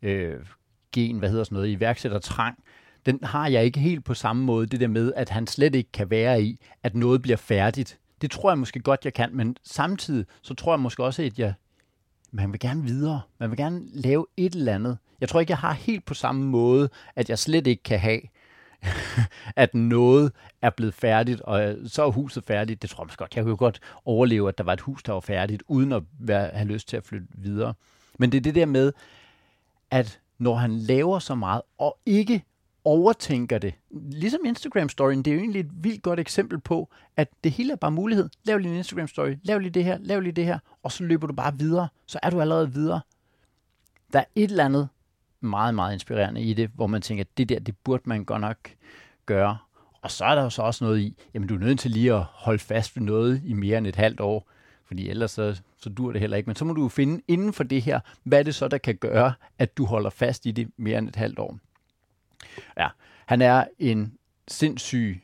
gen, iværksættertrang, den har jeg ikke helt på samme måde, det der med, at han slet ikke kan være i, at noget bliver færdigt. Det tror jeg måske godt, jeg kan, men samtidig, så tror jeg måske også, at man vil gerne videre. Man vil gerne lave et eller andet. Jeg tror ikke, jeg har helt på samme måde, at jeg slet ikke kan have, at noget er blevet færdigt, og så er huset færdigt. Det tror jeg måske godt. Jeg kunne godt overleve, at der var et hus, der var færdigt, uden at have lyst til at flytte videre. Men det er det der med, at når han laver så meget, og ikke overtænker det, ligesom Instagram-storyen, det er jo egentlig et vildt godt eksempel på, at det hele er bare mulighed. Lav lige en Instagram-story, lav lige det her, og så løber du bare videre. Så er du allerede videre. Der er et eller andet meget, meget inspirerende i det, hvor man tænker, at det burde man godt nok gøre. Og så er der jo så også noget i, jamen du er nødt til lige at holde fast ved noget i mere end et halvt år, fordi ellers så dur det heller ikke. Men så må du jo finde inden for det her, hvad er det så, der kan gøre, at du holder fast i det mere end et halvt år. Ja, han er en sindssyg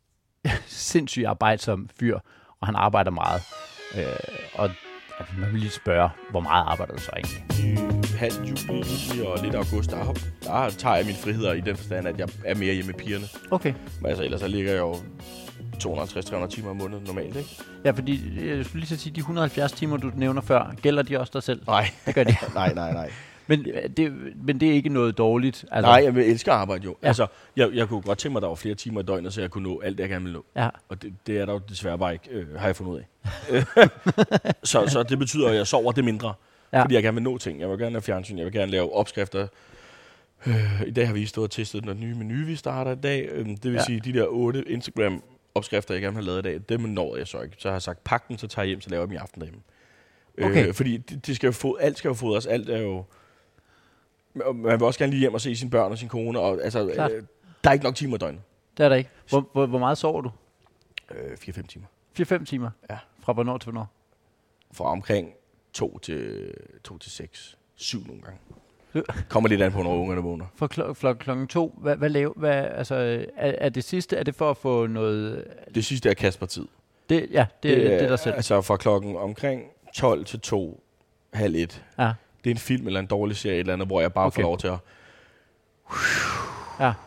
arbejdsom fyr, og han arbejder meget. Og man vil lige spørge, hvor meget arbejder du så egentlig? Halv juli og lidt august, der tager jeg mine friheder i den forstand, at jeg er mere hjemme med pigerne. Okay. Men altså, ellers så ligger jeg jo 250-300 timer om måneden normalt, ikke? Ja, fordi jeg skulle lige så sige, de 170 timer, du nævner før, gælder de også dig selv? Nej. Det gør de. nej. Men det er ikke noget dårligt? Altså. Nej, jeg elsker at arbejde jo. Ja. Altså, jeg kunne godt tænke mig, at der var flere timer i døgnet, så jeg kunne nå alt det, jeg gerne vil nå. Ja. Og det er der jo desværre bare ikke, har jeg fundet ud af. så det betyder, at jeg sover det mindre, fordi jeg gerne vil nå ting. Jeg vil gerne have fjernsyn, jeg vil gerne lave opskrifter. I dag har vi stået og testet den nye menu, vi starter i dag. Det vil sige, de der 8 Instagram-opskrifter, jeg gerne har lavet i dag, dem når jeg så ikke. Så har jeg sagt, pak den, så tager jeg hjem, så laver jeg dem i aften derhjemme. Okay. Fordi det skal jo alt skal jo fodres, alt er jo... Man vil også gerne lige hjem og se sine børn og sin kone, og altså, der er ikke nok timer i døgnet. Det er der ikke. Hvor meget sover du? 4-5 timer. 4-5 timer? Ja. Fra hvornår til hvornår? Fra omkring 2 til 6, 7 nogle gange. Kommer lidt an på, når ungerne vågner. For klokken 2, er det sidste, er det for at få noget... Det sidste er Kasper-tid. Det er der selv. Altså fra klokken omkring 12 til 2, halv 1. Ja. Det er en film eller en dårlig serie eller andet, hvor jeg bare får lov til at... Ja.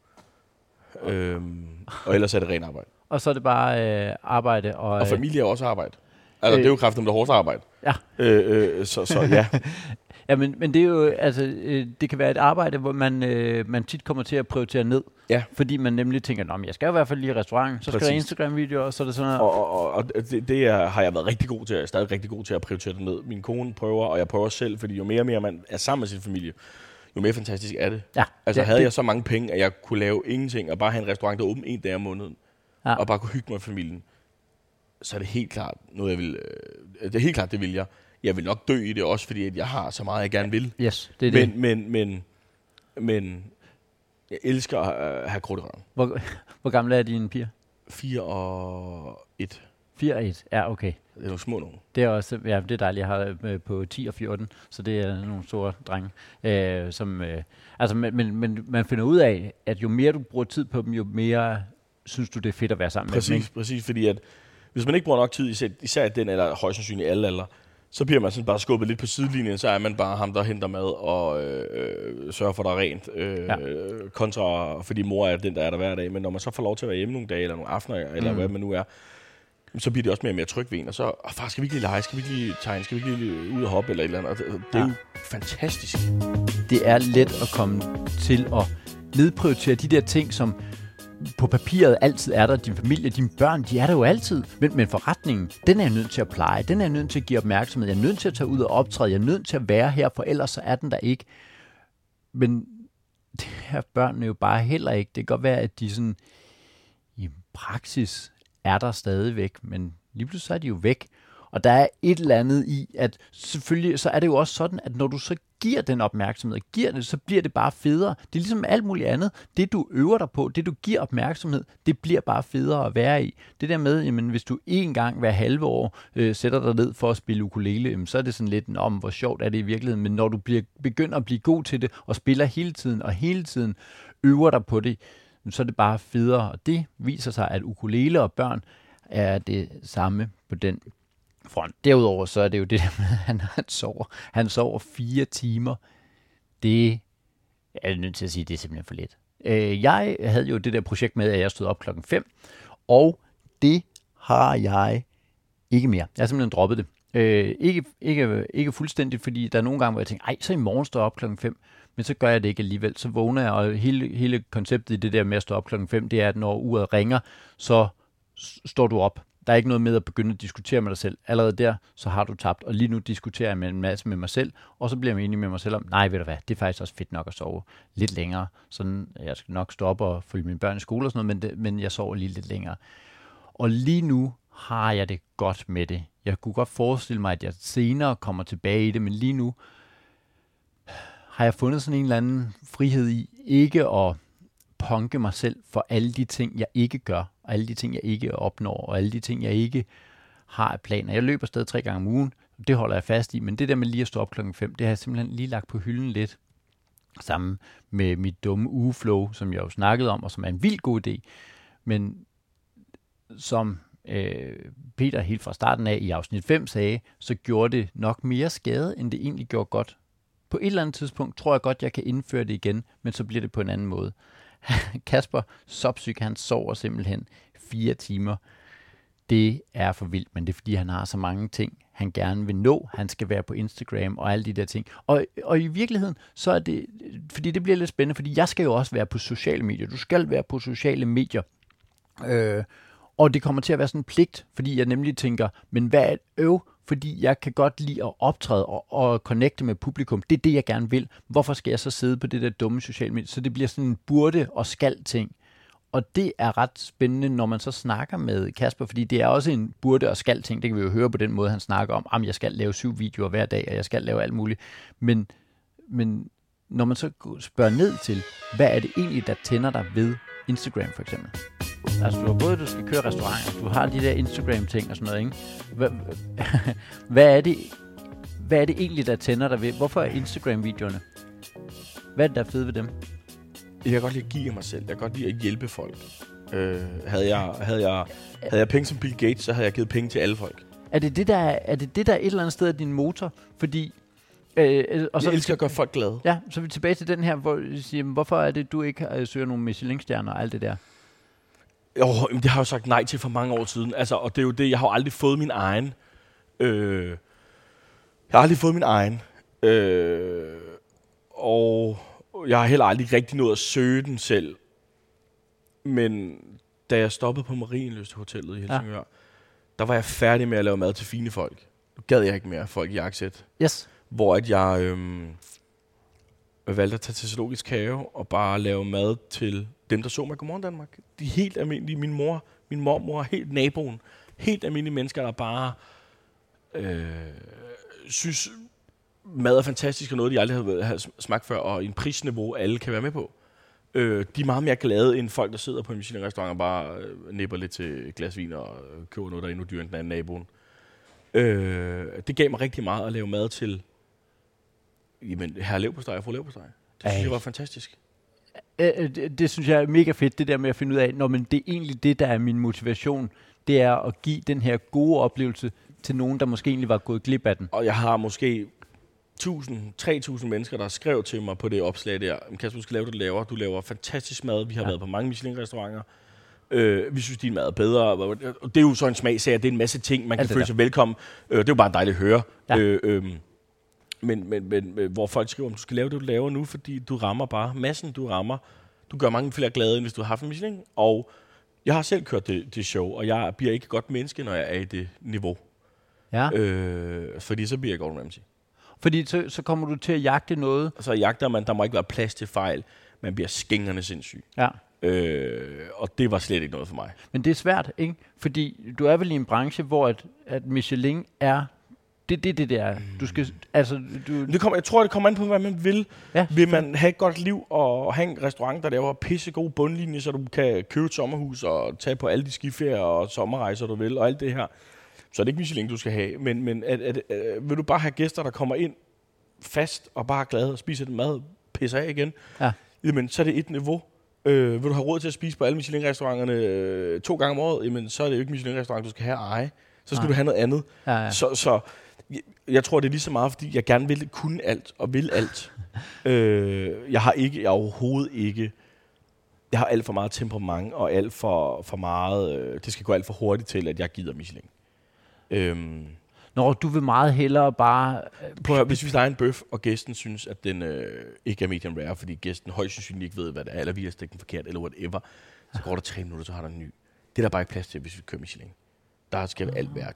Og ellers er det ren arbejde. Og så er det bare arbejde og... Og familie er også arbejde. Altså, det er jo kraftigt med det hårdeste arbejde. Ja. Så ja. Ja, men det er jo, altså, det kan være et arbejde, hvor man tit kommer til at prioritere ned. Ja. Fordi man nemlig tænker, jeg skal i hvert fald lige i restaurant, så skal der Instagram-videoer, og så er det sådan noget. Og det har jeg været rigtig god til. Jeg er stadig rigtig god til at prioritere det ned. Min kone prøver, og jeg prøver selv, fordi jo mere og mere man er sammen med sin familie, jo mere fantastisk er det. Ja, altså havde jeg så mange penge, at jeg kunne lave ingenting, og bare have en restaurant, der er åben 1 dag om måneden, og bare kunne hygge mig med familien, så er det helt klart noget, jeg vil... Det er helt klart, det vil jeg. Jeg vil nok dø i det også, fordi at jeg har så meget, jeg gerne vil. Yes, det er det. Men jeg elsker at have krudt i røven. Hvor gamle er dine piger? 4 og 1. 4 og 1, ja, okay. Det er nogle små nogen. Det er også, ja, det er dejligt. Jeg har på 10 og 14, så det er nogle store drenge. Men man finder ud af, at jo mere du bruger tid på dem, jo mere synes du, det er fedt at være sammen med dem. Præcis, fordi at hvis man ikke bruger nok tid, især i den eller højst sandsynligt alle aldre, så bliver man sådan bare skubbet lidt på sidelinjen, så er man bare ham, der henter mad og sørger for, der er rent. Kontra, fordi mor er den, der er der hver dag. Men når man så får lov til at være hjemme nogle dage, eller nogle aftener, eller hvad man nu er, så bliver det også mere og mere tryg ved en. Og så, far, skal vi ikke lige lege? Skal vi ikke lige tegne? Skal vi ikke lige ud og hoppe? Eller et eller andet. Det er jo fantastisk. Det er let at komme til at nedprioritere de der ting, som på papiret altid er der. Din familie, dine børn, de er der jo altid. Men forretningen, den er jeg nødt til at pleje. Den er jeg nødt til at give opmærksomhed. Jeg er nødt til at tage ud og optræde. Jeg er nødt til at være her, for ellers så er den der ikke. Men det her børnene jo bare heller ikke. Det kan godt være, at de sådan i praksis er der stadigvæk, men lige pludselig så er de jo væk. Og der er et eller andet i, at selvfølgelig, så er det jo også sådan, at når du så giver den opmærksomhed, giver det, så bliver det bare federe. Det er ligesom alt muligt andet. Det, du øver dig på, det, du giver opmærksomhed, det bliver bare federe at være i. Det der med, jamen, hvis du en gang hver halve år sætter dig ned for at spille ukulele, jamen, så er det sådan lidt om, hvor sjovt er det i virkeligheden. Men når du begynder at blive god til det, og spiller hele tiden øver dig på det, så er det bare federe. Og det viser sig, at ukulele og børn er det samme på den front. Derudover så er det jo det der med, at han sover 4 timer. Det er jeg nødt til at sige, det er simpelthen for lidt. Jeg havde jo det der projekt med, at jeg stod op 5:00, og det har jeg ikke mere. Jeg har simpelthen droppet det. Ikke fuldstændigt, fordi der er nogle gange, hvor jeg tænker, så i morgen står jeg op 5:00, men så gør jeg det ikke alligevel. Så vågner jeg, og hele konceptet i det der med at stå op 5:00, det er, at når uret ringer, så står du op. Der er ikke noget med at begynde at diskutere med dig selv. Allerede der, så har du tabt. Og lige nu diskuterer jeg med en masse med mig selv, og så bliver jeg enig med mig selv om, nej, ved du hvad, det er faktisk også fedt nok at sove lidt længere. Sådan, jeg skal nok stå op og følge mine børn i skole og sådan noget, men jeg sover lige lidt længere. Og lige nu har jeg det godt med det. Jeg kunne godt forestille mig, at jeg senere kommer tilbage i det, men lige nu har jeg fundet sådan en eller anden frihed i ikke at punke mig selv for alle de ting, jeg ikke gør, og alle de ting, jeg ikke opnår, og alle de ting, jeg ikke har af planer. Jeg løber stadig 3 gange om ugen, det holder jeg fast i, men det der med lige at stå op 5:00, det har jeg simpelthen lige lagt på hylden lidt, sammen med mit dumme ugeflow, som jeg jo snakkede om, og som er en vildt god idé, men som Peter helt fra starten af i afsnit 5 sagde, så gjorde det nok mere skade, end det egentlig gjorde godt. På et eller andet tidspunkt tror jeg godt, jeg kan indføre det igen, men så bliver det på en anden måde. Kasper Sopsyk, han sover simpelthen 4 timer. Det er for vildt, men det er fordi, han har så mange ting, han gerne vil nå. Han skal være på Instagram og alle de der ting. Og i virkeligheden, så er det, fordi det bliver lidt spændende, fordi jeg skal jo også være på sociale medier. Du skal være på sociale medier. Og det kommer til at være sådan en pligt, fordi jeg nemlig tænker, men hvad er et fordi jeg kan godt lide at optræde og connecte med publikum. Det er det, jeg gerne vil. Hvorfor skal jeg så sidde på det der dumme sociale medier? Så det bliver sådan en burde- og skal-ting. Og det er ret spændende, når man så snakker med Kasper, fordi det er også en burde- og skal-ting. Det kan vi jo høre på den måde, han snakker om. Jamen, jeg skal lave 7 videoer hver dag, og jeg skal lave alt muligt. Men når man så spørger ned til, hvad er det egentlig, der tænder dig ved Instagram for eksempel? Altså, du skal køre restauranter, du har de der Instagram-ting og sådan noget, ikke? Hvad er det egentlig, der tænder dig ved? Hvorfor er Instagram-videoerne? Hvad er det, der er fedt ved dem? Jeg kan godt lide at give mig selv. Jeg kan godt lide at hjælpe folk. Havde jeg penge som Bill Gates, så havde jeg givet penge til alle folk. Er det det, der er et eller andet sted af din motor? Fordi... og så jeg elsker at gøre folk glade. Ja, så er vi tilbage til den her, hvor vi siger, hvorfor er det, du ikke søger nogle Michelin-stjerner og alt det der? Det har jeg jo sagt nej til for mange år siden. Altså, og det er jo det, jeg har jo aldrig fået min egen. Og jeg har heller aldrig rigtig nået at søge den selv. Men da jeg stoppede på Marienlyst Hotellet i Helsingør, der var jeg færdig med at lave mad til fine folk. Nu gad jeg ikke mere folk i jakkesæt. Yes. Hvor at jeg valgte at tage til Zoologisk Have og bare lave mad til dem, der så mig. Godmorgen Danmark. De er helt almindelige. Min mormor, helt naboen. Helt almindelige mennesker, der bare synes, mad er fantastisk og noget, de aldrig har smagt før, og en prisniveau, alle kan være med på. De er meget mere glade end folk, der sidder på en Michelin-restaurant og bare nipper lidt til et glas vin og køber noget, der er endnu dyrere end den anden naboen. Det gav mig rigtig meget at lave mad til herre leverpostej og fru leverpostej. Det synes jeg var fantastisk. Det synes jeg er mega fedt, det der med at finde ud af, men det er egentlig det, der er min motivation. Det er at give den her gode oplevelse til nogen, der måske egentlig var gået glip af den. Og jeg har måske 3.000 mennesker, der skrev til mig på det opslag der. Kasper, du skal lave det, du laver. Du laver fantastisk mad. Vi har været på mange Michelin-restauranter. Vi synes, din mad er bedre. Og det er jo så en smagsag. Det er en masse ting, man kan føle sig velkommen. Det er jo bare dejligt at høre. Ja. Men hvor folk skriver, om du skal lave det, du laver nu, fordi du rammer bare massen, du gør mange flere glade, end hvis du har haft en Michelin. Og jeg har selv kørt det show, og jeg bliver ikke et godt menneske, når jeg er i det niveau. Ja. Fordi så bliver jeg godt med. Fordi så kommer du til at jagte noget. Og så jagter man, der må ikke være plads til fejl. Man bliver skængerne sindssyg. Ja. Og det var slet ikke noget for mig. Men det er svært, ikke? Fordi du er vel i en branche, hvor at Michelin er... Det der. Du skal... Altså, Jeg tror, det kommer an på, hvad man vil. Ja, vil man have et godt liv og have en restaurant, der laver pissegod bundlinje, så du kan købe et sommerhus og tage på alle de skiferier og sommerrejser, du vil, og alt det her, så er det ikke Michelin, du skal have. Men vil du bare have gæster, der kommer ind fast og bare er glade og spiser den mad, pisser af igen, jamen, så er det et niveau. Vil du have råd til at spise på alle Michelin-restauranterne 2 gange om året, jamen, så er det jo ikke Michelin-restaurant, du skal have eje. Så skal du have noget andet. Ja. Så jeg tror, det er lige så meget, fordi jeg gerne vil kunne alt og vil alt. Jeg har overhovedet ikke... Jeg har alt for meget temperament og alt for meget... det skal gå alt for hurtigt til, at jeg gider Michelin. Når du vil meget hellere bare... Hvis vi leger en bøf, og gæsten synes, at den ikke er medium rare, fordi gæsten højst sandsynligt ikke ved, hvad det er, eller vi har stegt den forkert, eller whatever, så går der 3 minutter, så har der en ny. Det er der bare ikke plads til, hvis vi kører Michelin. Der skal alt være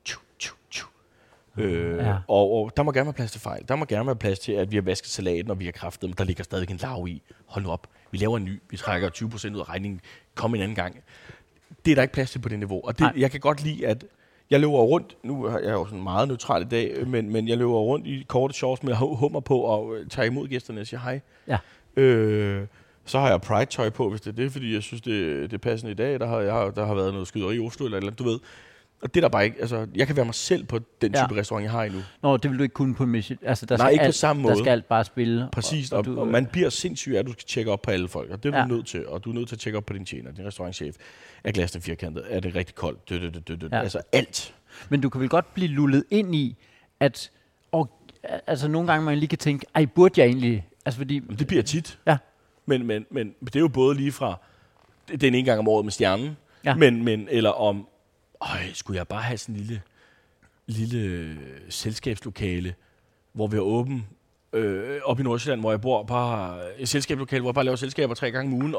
og der må gerne være plads til fejl. Der må gerne være plads til, at vi har vasket salaten, og vi har kraftet, men der ligger stadig en lav i. Hold nu op. Vi laver en ny. Vi trækker 20% ud af regningen. Kom en anden gang. Det er der ikke plads til på det niveau. Og det, jeg kan godt lide, at jeg løber rundt. Nu er jeg jo sådan meget neutral i dag, men jeg løber rundt i korte shorts med hummer på og tager imod gæsterne og siger hej. Ja. Så har jeg Pride-tøj på, hvis det er det, fordi jeg synes, det er passende i dag. Der har været noget skyderi i Oslo eller du ved. Og det er der bare ikke, altså, jeg kan være mig selv på den type restaurant, jeg har endnu. Nå, det vil du ikke kunne på Michelin. Altså, Nej, ikke på samme måde. Der skal alt bare spille. Præcis, og man bliver sindssyg af, at du skal tjekke op på alle folk, og det er du nødt til. Og du er nødt til at tjekke op på din tjener, din restaurantchef. Er glasen firkantet? Er det rigtig koldt? Altså alt. Men du kan vel godt blive lullet ind i, at altså nogle gange man lige kan tænke, burde jeg egentlig... Altså, fordi, det bliver tit. Ja. Men det er jo både lige fra den ene gang om året med stjernen, eller om... skulle jeg bare have sådan en lille selskabslokale, hvor vi er åben op i Nordsjælland, hvor jeg bor, bare et selskabslokale, hvor jeg bare laver selskaber 3 gange om ugen,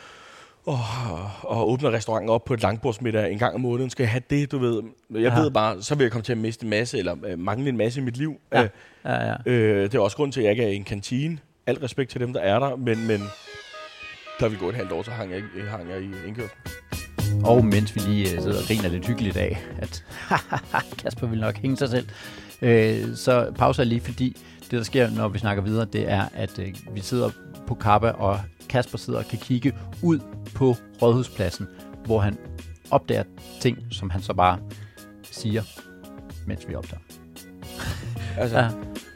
og åbner restauranten op på et langbordsmiddag en gang om måneden. Skal jeg have det, du ved? Jeg ved bare, så vil jeg komme til at miste en masse, eller mangle en masse i mit liv. Ja. Det er også grund til, at jeg ikke er i en kantine. Alt respekt til dem, der er der, men der vil gå et halvt år, så hang jeg i indkørslen. Og mens vi lige sidder og griner lidt hyggeligt af, at Kasper vil nok hænge sig selv, så pauser jeg lige, fordi det, der sker, når vi snakker videre, det er, at vi sidder på Kappa, og Kasper sidder og kan kigge ud på Rådhuspladsen, hvor han opdager ting, som han så bare siger, mens vi opdager. Altså,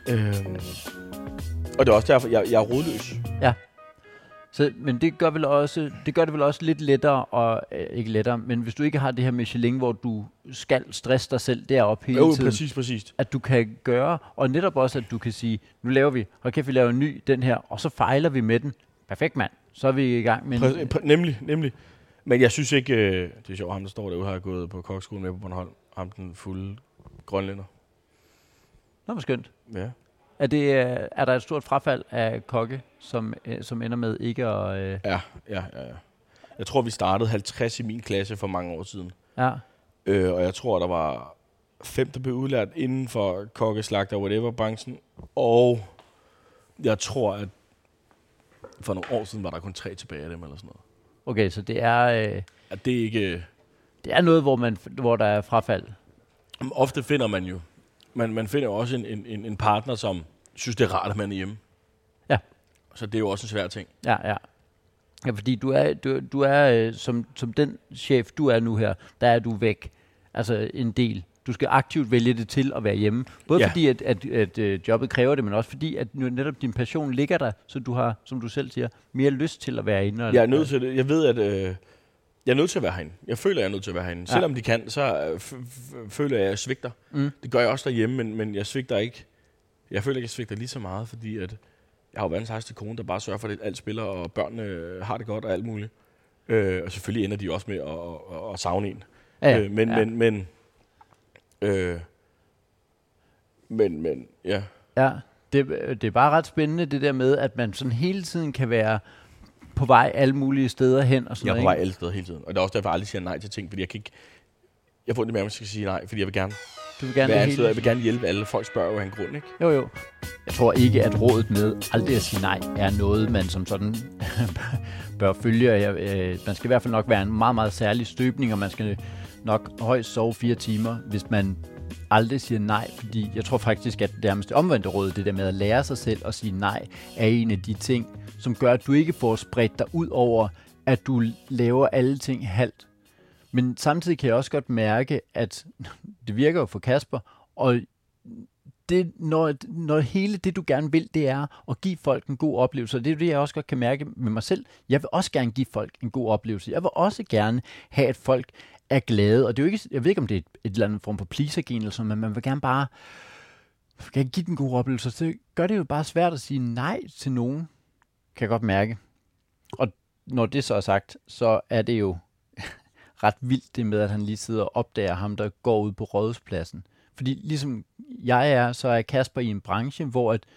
og det er også derfor, jeg er rodløs. Ja. Så, men det gør det vel også lidt lettere, og ikke lettere, men hvis du ikke har det her Michelin, hvor du skal stresse dig selv deroppe hele tiden. Præcis. At du kan gøre, og netop også, at du kan sige, nu laver vi, vi laver en ny, den her, og så fejler vi med den. Perfekt, mand. Så er vi i gang med Nemlig. Men jeg synes ikke, det er sjovt, ham der står derude, har gået på kokkeskolen med på Bornholm. Ham den fulde grønlænder. Nå, hvor skønt. Ja. Er der et stort frafald af kokke, som ender med ikke at... Ja. Jeg tror, vi startede 50 i min klasse for mange år siden. Ja. Og jeg tror, der var 5, der blev udlært inden for kokkeslagter og whatever-branchen. Og jeg tror, at for nogle år siden var der kun 3 tilbage af dem eller sådan noget. Okay, så det er... At det ikke... Det er noget, hvor der er frafald. Ofte finder man jo... Man finder jo også en partner, som synes, det er rart, at man er hjemme. Ja. Så det er jo også en svær ting. Ja, fordi du er som den chef, du er nu her, der er du væk. Altså en del. Du skal aktivt vælge det til at være hjemme. Både fordi, at jobbet kræver det, men også fordi, at netop din passion ligger der, så du har, som du selv siger, mere lyst til at være inde. Jeg er nødt til det. Jeg ved, at... Jeg er nødt til at være herinde. Jeg føler, jeg er nødt til at være herinde. Ja. Selvom de kan, så føler jeg, at jeg svigter. Det gør jeg også derhjemme, men jeg svigter ikke. Jeg føler ikke, jeg svigter lige så meget, fordi at jeg har jo verdens højeste kone, der bare sørger for, at alt spiller, og børnene har det godt og alt muligt. Og selvfølgelig ender de også med at savne en. Ja. Men ja. Ja, det er bare ret spændende, det der med, at man sådan hele tiden kan være på vej alle mulige steder hen og sådan noget. Jeg er på vej alle steder hele tiden. Og det er også derfor, jeg aldrig siger nej til ting, fordi Jeg får det med, at man skal sige nej, fordi jeg vil gerne. Du vil gerne Jeg vil gerne hjælpe alle. Folk spørger jo af en grund, ikke? Jo. Jeg tror ikke, at rådet med aldrig at sige nej er noget, man som sådan bør følge. Man skal i hvert fald nok være en meget, meget særlig støbning, og man skal nok højst sove 4 timer, hvis man aldrig siger nej. Fordi jeg tror faktisk, at det nærmest omvendte råd, det der med at lære sig selv at sige nej, er en af de ting, som gør, at du ikke får spredt dig ud over, at du laver alle ting halvt. Men samtidig kan jeg også godt mærke, at det virker jo for Kasper, og det, når hele det, du gerne vil, det er at give folk en god oplevelse. Og det er det, jeg også godt kan mærke med mig selv. Jeg vil også gerne give folk en god oplevelse. Jeg vil også gerne have, at folk er glade. Og det er jo ikke, jeg ved ikke, om det er et eller andet form for pleaser-gen, eller sådan, men man vil gerne bare give den gode oplevelse. Så det gør det jo bare svært at sige nej til nogen, kan jeg godt mærke. Og når det så er sagt, så er det jo ret vildt det med, at han lige sidder og opdager ham, der går ud på Rådhuspladsen. Fordi ligesom jeg er, så er Kasper i en branche, hvor at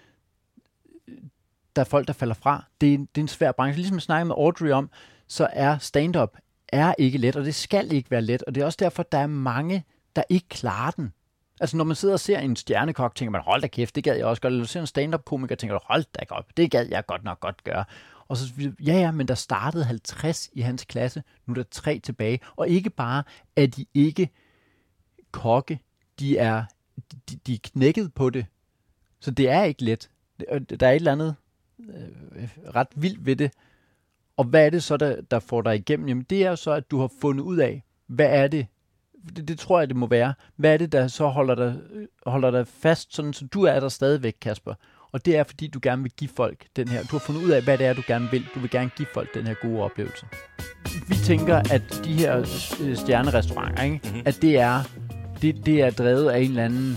der er folk, der falder fra. Det er en svær branche. Ligesom jeg snakker med Audrey om, så er stand-up ikke let, og det skal ikke være let. Og det er også derfor, der er mange, der ikke klarer den. Altså når man sidder og ser en stjernekok, tænker man, hold da kæft, det gad jeg også godt. Eller du ser en stand-up-komiker, tænker du, hold da op, det gad jeg godt nok godt gøre. Og så ja, men der startede 50 i hans klasse, nu er der 3 tilbage. Og ikke bare, at de ikke kokke, de er knækket på det. Så det er ikke let. Der er et eller andet ret vildt ved det. Og hvad er det så, der får dig igennem? Jamen det er så, at du har fundet ud af, hvad er det? Det tror jeg, det må være. Hvad er det, der så holder dig fast, sådan, så du er der stadigvæk, Kasper? Og det er, fordi du gerne vil give folk den her. Du har fundet ud af, hvad det er, du gerne vil. Du vil gerne give folk den her gode oplevelse. Vi tænker, at de her stjernerestauranter, ikke? Mm-hmm. At det er drevet af en eller anden...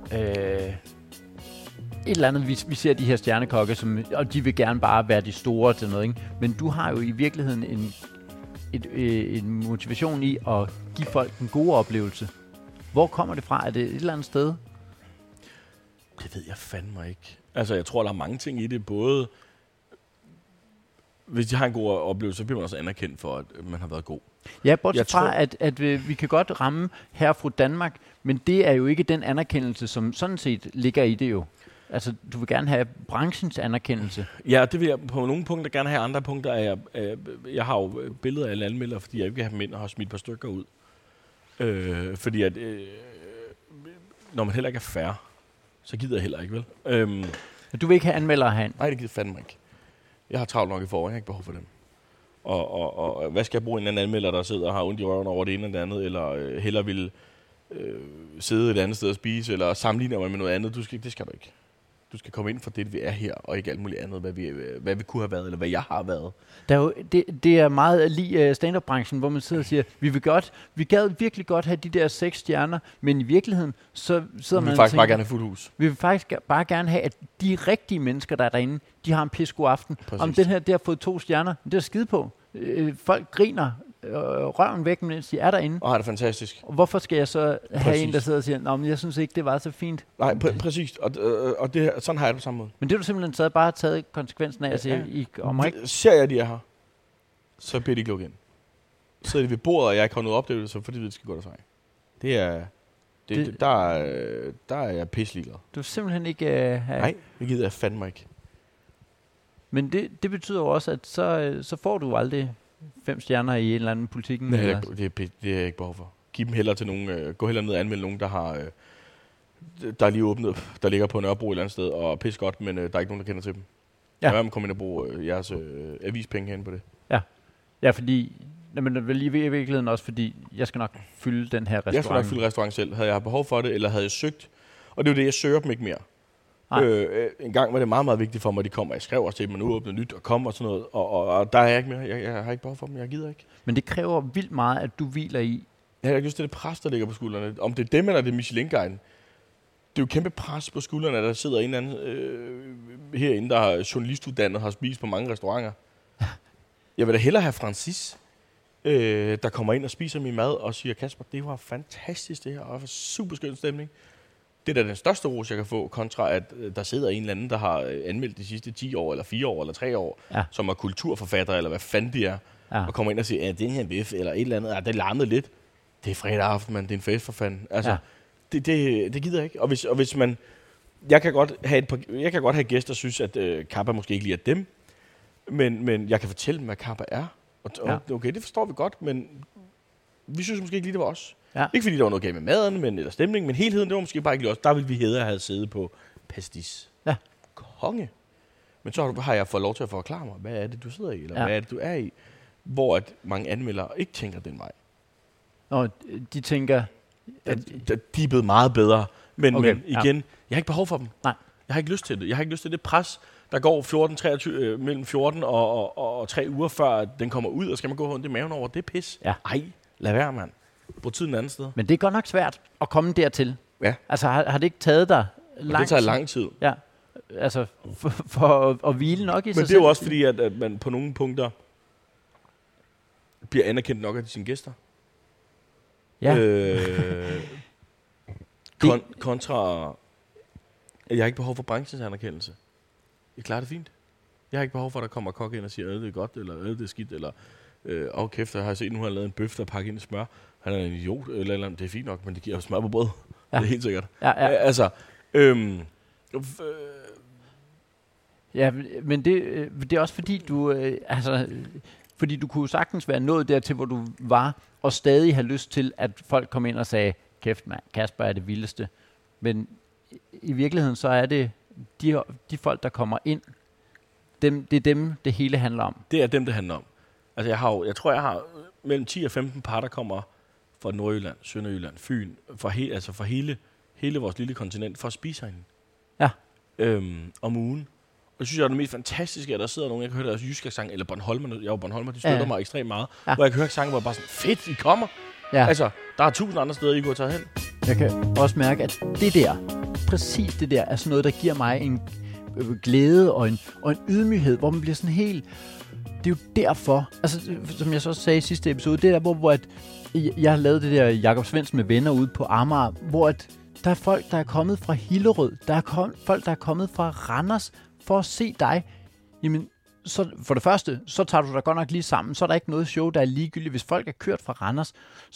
et eller andet, vi ser de her stjernekokke, og de vil gerne bare være de store til noget, ikke? Men du har jo i virkeligheden en motivation i at give folk en god oplevelse. Hvor kommer det fra? Er det et eller andet sted? Det ved jeg fandme ikke. Altså, jeg tror, der er mange ting i det. Både, hvis de har en god oplevelse, så bliver man også anerkendt for, at man har været god. Ja, bortset fra, at vi kan godt ramme her fra Danmark, men det er jo ikke den anerkendelse, som sådan set ligger i det jo. Altså, du vil gerne have branchens anerkendelse. Ja, det vil jeg på nogle punkter gerne have. Andre punkter er jeg har jo billeder af alle anmeldere, fordi jeg ikke vil have dem ind og har smidt et par stykker ud. Fordi at når man heller ikke er fair, så gider jeg heller ikke, vel? Du vil ikke have anmeldere herinde? Nej, det gider fandme ikke. Jeg har travlt nok i forvejen, jeg har ikke behov for dem. Og hvad skal jeg bruge en anden anmelder, der sidder og har ondt i røven over det ene eller det andet, eller hellere vil sidde et andet sted og spise, eller sammenligne mig med noget andet? Det skal du ikke. Du skal komme ind for det, vi er her, og ikke alt muligt andet, hvad vi kunne have været, eller hvad jeg har været. Det er meget lige stand-up-branchen, hvor man sidder og siger, vi gad virkelig godt have de der 6 stjerner, men i virkeligheden, så sidder man... Vi vil faktisk bare gerne have fuldt hus. Vi vil faktisk bare gerne have, at de rigtige mennesker, der er derinde, de har en pissegod aften. Præcis. Om den her, der har fået 2 stjerner, det er skide på. Folk griner røven væk, mens de er derinde. Og det er fantastisk. Og hvorfor skal jeg så have en, der sidder og siger, nå, men jeg synes ikke, det var så fint? Nej, præcis. Og det, sådan har jeg det på samme måde. Men det er du simpelthen bare taget konsekvensen af at sige, I kommer ikke? Ser jeg, de er her, så bliver de ikke lukket ind. Så sidder de ved bordet, og jeg ikke har noget opdagelse, fordi det skal gå deres vej. Det er... Der er jeg pisseligeglad. Du simpelthen ikke... Nej, det gider jeg fandme ikke. Men det betyder jo også, at så får du aldrig 5 stjerner i en eller anden politikken. Nej, det er jeg ikke behov for. Giv dem hellere til nogen. Gå hellere ned og anmelde nogen, der er lige åbnet, der ligger på Nørrebro et eller andet sted, og pisse godt, men der er ikke nogen, der kender til dem. Ja. Jeg vil komme ind og bruge jeres avispenge hen på det. Ja, fordi... Men vel i virkeligheden også, fordi jeg skal nok fylde den her restaurant. Jeg skal nok fylde restaurant selv. Havde jeg haft behov for det, eller havde jeg søgt? Og det er jo det, jeg søger dem ikke mere. En gang var det meget, meget vigtigt for mig, at de kom, og jeg skrev også til dem, at nu åbner nyt og kom og sådan noget. Og der er jeg ikke mere. Jeg har ikke behov for dem, jeg gider ikke. Men det kræver vildt meget, at du hviler i. Jeg har ikke lyst til det pres, der ligger på skuldrene. Om det er dem, eller det er Michelin-guiden. Det er jo kæmpe pres på skuldrene, at der sidder en eller anden herinde, der er journalistuddannet og har spist på mange restauranter. Jeg vil da hellere have Francis, der kommer ind og spiser min mad og siger, Kasper, det var fantastisk det her, og det var super skøn stemning. Det er da den største ros, jeg kan få, kontra at der sidder en eller anden, der har anmeldt de sidste 10 år, eller 4 år, eller 3 år, som er kulturforfatter, eller hvad fanden de er, og kommer ind og siger, den her bøf, eller et eller andet, det larmede lidt. det er fredag aften, man. Det er en fest for fanden. Altså, det gider jeg ikke. Og hvis man... Jeg kan godt have gæster, der synes, at Kappa måske ikke lige er dem. Men jeg kan fortælle dem, hvad Kappa er. Og okay, det forstår vi godt, men vi synes måske ikke lige, det var os. Ja. Ikke fordi der var noget galt med maden, eller stemningen, men helheden, det var måske bare ikke lige os. Der ville vi hellere have siddet på pastis. Ja. Konge. Men så har jeg fået lov til at forklare mig, hvad er det, du sidder i, eller hvad er det, du er i. Hvor at mange anmeldere ikke tænker den vej. Og de tænker... De er blevet meget bedre. Men igen, jeg har ikke behov for dem. Nej. Jeg har ikke lyst til det. Jeg har ikke lyst til det pres, der går mellem 14 og 3 uger, før den kommer ud, og skal man gå rundt i maven over. Det er pis. Ja. Ej, lad være, mand. Brug tiden et andet sted. Men det er godt nok svært at komme dertil. Ja. Altså, har det ikke taget dig lang tid? Det tager lang tid. Ja. Altså, for at hvile nok i sig selv. Men det er jo også fordi, at man på nogle punkter bliver anerkendt nok af sine gæster. Ja. Kontra, jeg har ikke behov for branchens anerkendelse. Jeg klarer det fint. Jeg har ikke behov for, at der kommer kok ind og siger, det er godt, eller det er skidt, eller kæft, jeg har set, nu har jeg lavet en bøf, der er pakket ind i smør. Han er en idiot, eller andet. Det er fint nok, men det giver jo smør på brød. Ja. Det er helt sikkert. Ja. Ja, men det er også fordi, fordi du kunne sagtens være nået dertil, hvor du var, og stadig have lyst til, at folk kom ind og sagde, kæft mand, Kasper er det vildeste. Men i virkeligheden, så er det de folk, der kommer ind, det er dem, det hele handler om. Det er dem, det handler om. Altså, jeg tror, jeg har mellem 10 og 15 par, der kommer fra Nordjylland, Sønderjylland, Fyn, fra hele vores lille kontinent, for at spise herinde. Ja. Om ugen. Og jeg synes, det er det mest fantastiske, at der sidder nogen, jeg kan høre deres jysk accent, eller Bornholmer, jeg er jo Bornholmer, de støtter mig ekstremt meget, hvor jeg kan høre accent, hvor jeg bare sådan, fedt, I kommer. Ja. Altså, der er 1000 andre steder, I kunne tage hen. Jeg kan også mærke, at præcis det der, er sådan noget, der giver mig en glæde og en ydmyghed, hvor man bliver sådan helt... Det er jo derfor, altså som jeg så sagde i sidste episode, det er der, hvor at jeg har lavet det der Jakob Svendsen med venner ude på Amager, hvor at der er folk, der er kommet fra Hillerød, der er folk, der er kommet fra Randers for at se dig. Jamen, så for det første, så tager du dig godt nok lige sammen, så er der ikke noget show, der er ligegyldigt. Hvis folk er kørt fra Randers,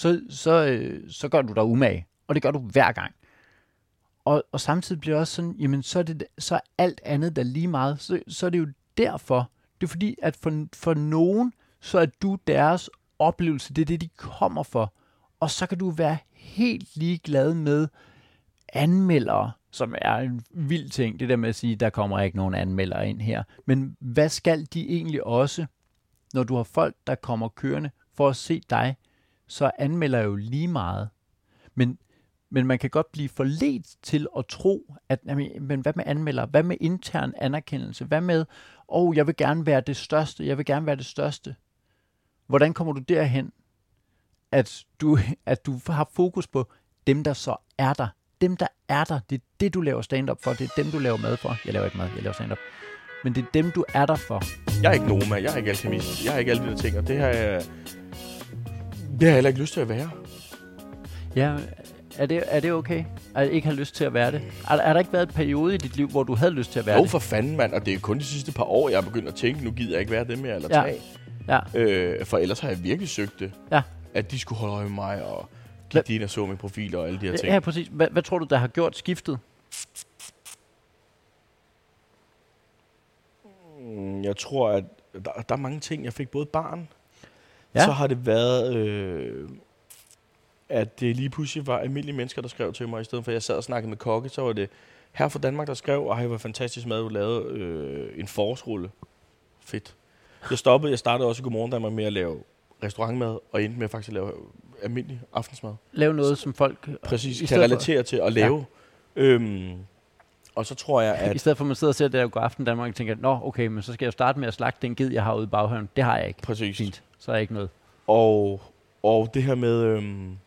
så gør du dig umage, og det gør du hver gang. Og samtidig bliver det også sådan, jamen så er alt andet der lige meget, så er det jo derfor. Det er fordi, at for nogen, så er du deres oplevelse, det er det, de kommer for. Og så kan du være helt ligeglad med anmeldere, som er en vild ting. Det der med at sige, der kommer ikke nogen anmeldere ind her. Men hvad skal de egentlig også, når du har folk, der kommer kørende for at se dig, så anmelder jo lige meget. Men man kan godt blive forledt til at tro, at men hvad med anmelder? Hvad med intern anerkendelse? Hvad med, jeg vil gerne være det største. Jeg vil gerne være det største. Hvordan kommer du derhen, at du har fokus på dem, der så er der? Dem, der er der, det er det, du laver stand-up for. Det er dem, du laver mad for. Jeg laver ikke mad, jeg laver stand-up. Men det er dem, du er der for. Jeg er ikke Noma, jeg er ikke alkemist, jeg er ikke alle de der ting, og det har jeg heller ikke lyst til at være. Ja, er det okay, at ikke have lyst til at være det? Er der ikke været et periode i dit liv, hvor du havde lyst til at være det? For fanden, mand, og det er kun de sidste par år, jeg har begyndt at tænke, nu gider jeg ikke være det mere, eller tage. Ja. For ellers har jeg virkelig søgt det. Ja. At de skulle holde øje med mig, og Dina så min profil og alle de her ting. Ja, præcis. Hvad tror du, der har gjort skiftet? Jeg tror, at der er mange ting. Jeg fik både barn. Ja. Så har det været, at det lige pludselig var almindelige mennesker, der skrev til mig. I stedet for, at jeg sad og snakkede med kokke, så var det her fra Danmark, der skrev, og det var fantastisk mad, du lavede en forårsrulle. Fedt. Jeg startede også i Godmorgen Danmark med at lave restaurantmad, og endte med faktisk at lave almindelig aftensmad. Lave noget, som folk præcis kan relatere til at lave. Ja. Og så tror jeg, at... I stedet for, at man sidder og ser det der God Aften Danmark, og tænker, okay, men så skal jeg starte med at slagte den ged, jeg har ude i baghaven. Det har jeg ikke. Præcis. Fint. Så er jeg ikke noget. Og det her med,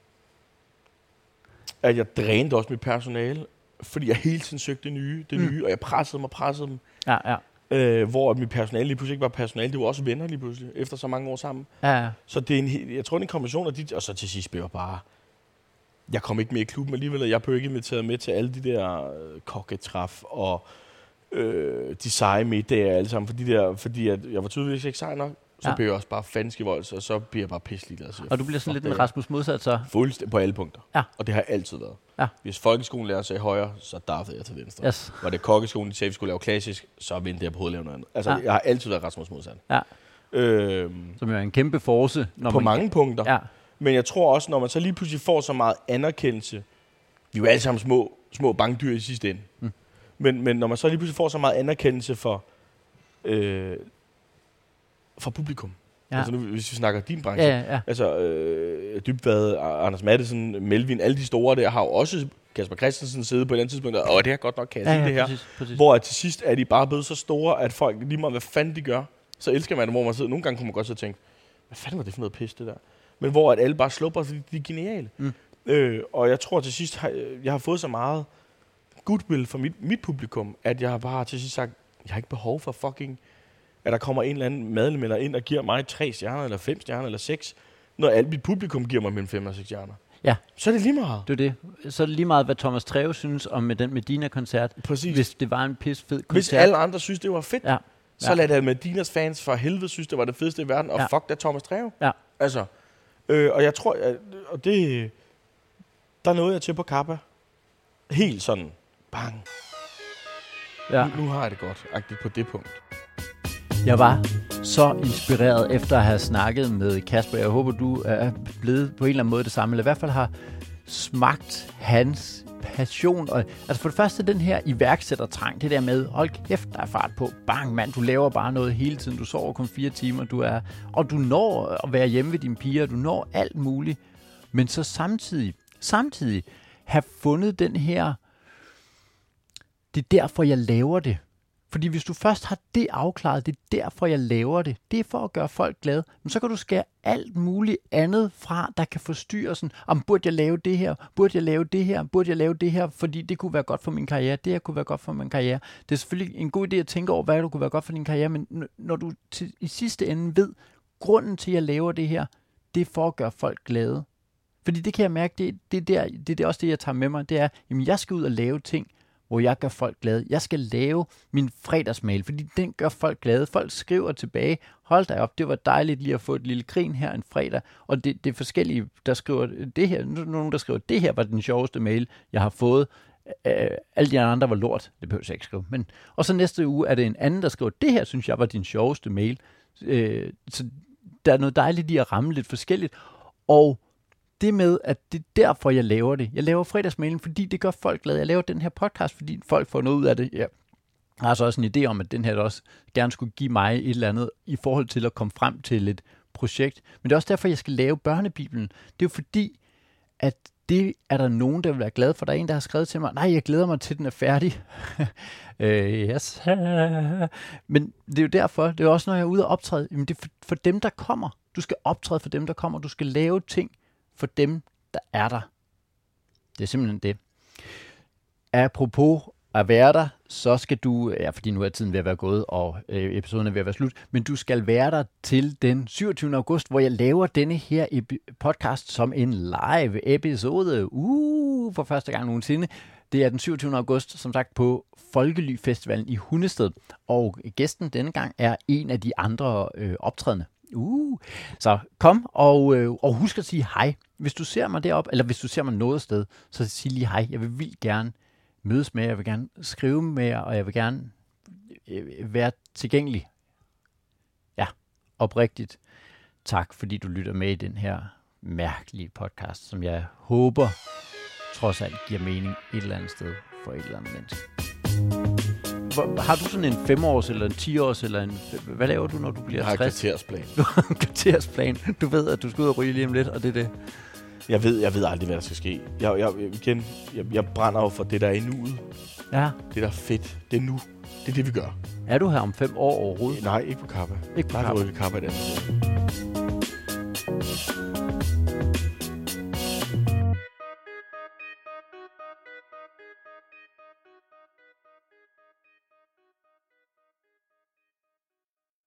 at jeg drænede også mit personale, fordi jeg hele tiden søgte det nye, og jeg pressede dem. Ja. Hvor mit personale lige pludselig ikke var personale, det var også venner lige pludselig, efter så mange år sammen. Ja. Så det er jeg tror, det er en kombination af og så til sidst blev jeg bare... Jeg kom ikke med i klubben alligevel, og jeg blev ikke inviteret med til alle de der kokketræf og de seje middage alle sammen, fordi at jeg var tydeligvis ikke sej nok. så bliver jeg også bare fanskivolds, og så bliver jeg bare pisselig. Altså, og du bliver sådan lidt en Rasmus modsat så? Fuldstændig på alle punkter. Ja. Og det har altid været. Ja. Hvis folkeskolen lærer sig højre, så darfede jeg til venstre. Yes. Var det kokkeskolen, de sagde, vi skulle lave klassisk, så vendte jeg på hovedet og noget andet. Altså, jeg har altid været Rasmus modsat. Ja. Som jo er en kæmpe force. Når på mange punkter. Ja. Men jeg tror også, når man så lige pludselig får så meget anerkendelse, vi er jo alle sammen små bankdyr i sidste ende. Men når man så lige pludselig får så meget anerkendelse for publikum. Ja. Altså nu, hvis vi snakker din branche. Ja. Altså Dybvad, Anders Mattesen, Melvin, alle de store der har jo også Kasper Christensen siddet på et andet tidspunkt, og det er godt nok, kan jeg sige det her. Præcis. Hvor til sidst er de bare blevet så store, at folk lige meget, hvad fanden de gør, så elsker man det, hvor man sidder. Nogle gange kunne man godt så tænke, hvad fanden var det for noget pis, det der? Men hvor at alle bare slupper, fordi de er geniale. Og jeg tror til sidst, jeg har fået så meget goodwill fra mit publikum, at jeg bare til sidst sagt, jeg har ikke behov for fucking, at der kommer en eller anden madmelder ind og giver mig 3 stjerner, eller 5 stjerner, eller 6, når alt mit publikum giver mig mellem 5 og 6 stjerner. Ja. Så er det lige meget. Det er det. Så er det lige meget, hvad Thomas Treve synes om med den Medina-koncert. Præcis. Hvis det var en pis fed koncert. Hvis alle andre synes, det var fedt, så lad det Medinas fans for helvede synes, det var det fedeste i verden, og fuck det Thomas Treve. Ja. Altså, og jeg tror, og det, der nåede jeg til på Kappa. Helt sådan, bang. Ja. Nu har jeg det godt, agtigt på det punkt. Jeg var så inspireret efter at have snakket med Kasper. Jeg håber, du er blevet på en eller anden måde det samme, eller i hvert fald har smagt hans passion. Og, altså for det første den her iværksættertrang, det der med, hold kæft, der er fart på. Bang, mand, du laver bare noget hele tiden. Du sover kun 4 timer, og du når at være hjemme ved dine piger, du når alt muligt. Men så samtidig have fundet den her, det er derfor, jeg laver det. Fordi hvis du først har det afklaret, det er derfor, jeg laver det. Det er for at gøre folk glade. Men så kan du skære alt muligt andet fra, der kan forstyrre sådan, burde jeg lave det her? Burde jeg lave det her? Burde jeg lave det her? Fordi det kunne være godt for min karriere. Det her kunne være godt for min karriere. Det er selvfølgelig en god idé at tænke over, hvad der kunne være godt for din karriere. Men når du i sidste ende ved, grunden til, at jeg laver det her, det er for at gøre folk glade. Fordi det kan jeg mærke, det er også det, jeg tager med mig. Det er, jamen jeg skal ud og lave ting, hvor jeg gør folk glade. Jeg skal lave min fredagsmail, fordi den gør folk glade. Folk skriver tilbage, hold da op, det var dejligt lige at få et lille grin her en fredag. Og det er forskellige, der skriver det her. Nogen, der skriver, det her var den sjoveste mail, jeg har fået. Alle de andre var lort. Det behøver jeg ikke skrive. Og så næste uge er det en anden, der skriver, det her synes jeg var din sjoveste mail. Så der er noget dejligt i at ramme lidt forskelligt. Og det med, at det er derfor, jeg laver det. Jeg laver fredagsmailen, fordi det gør folk glade. Jeg laver den her podcast, fordi folk får noget ud af det. Jeg har så også en idé om, at den her også gerne skulle give mig et eller andet i forhold til at komme frem til et projekt. Men det er også derfor, jeg skal lave børnebibelen. Det er jo fordi, at det er der nogen, der vil være glad for. Der er en, der har skrevet til mig, nej, jeg glæder mig til, at den er færdig. Yes. Men det er jo derfor, det er også, når jeg er ude og optræde. Jamen, det er for dem, der kommer. Du skal optræde for dem, der kommer. Du skal lave ting for dem, der er der. Det er simpelthen det. Apropos at være der, så skal du, fordi nu er tiden ved at være gået, og episoden er ved at være slut, men du skal være der til den 27. august, hvor jeg laver denne her podcast som en live episode. For første gang nogensinde. Det er den 27. august, som sagt, på Folkely Festivalen i Hundested, og gæsten denne gang er en af de andre optrædende. Så kom og husk at sige hej. Hvis du ser mig deroppe, eller hvis du ser mig noget sted, så sig lige hej. Jeg vil vildt gerne mødes med jer, jeg vil gerne skrive med jer, og jeg vil gerne være tilgængelig. Ja, oprigtigt. Tak, fordi du lytter med i den her mærkelige podcast, som jeg håber trods alt giver mening et eller andet sted for et eller andet menneske. Har du sådan en 5-års eller en 10-års eller en... Hvad laver du, når du bliver 60? Jeg har kvartersplan. Du har en kvartersplan. Du ved, at du skal ud og ryge lige om lidt, og det er det. Jeg ved aldrig, hvad der skal ske. Jeg brænder jo for det, der er i nuet. Ja. Det, der er fedt. Det er nu. Det er det, vi gør. Er du her om 5 år overhovedet? Nej, ikke på Kappa. Ikke på Kappa. Der er Kappa et andet sted.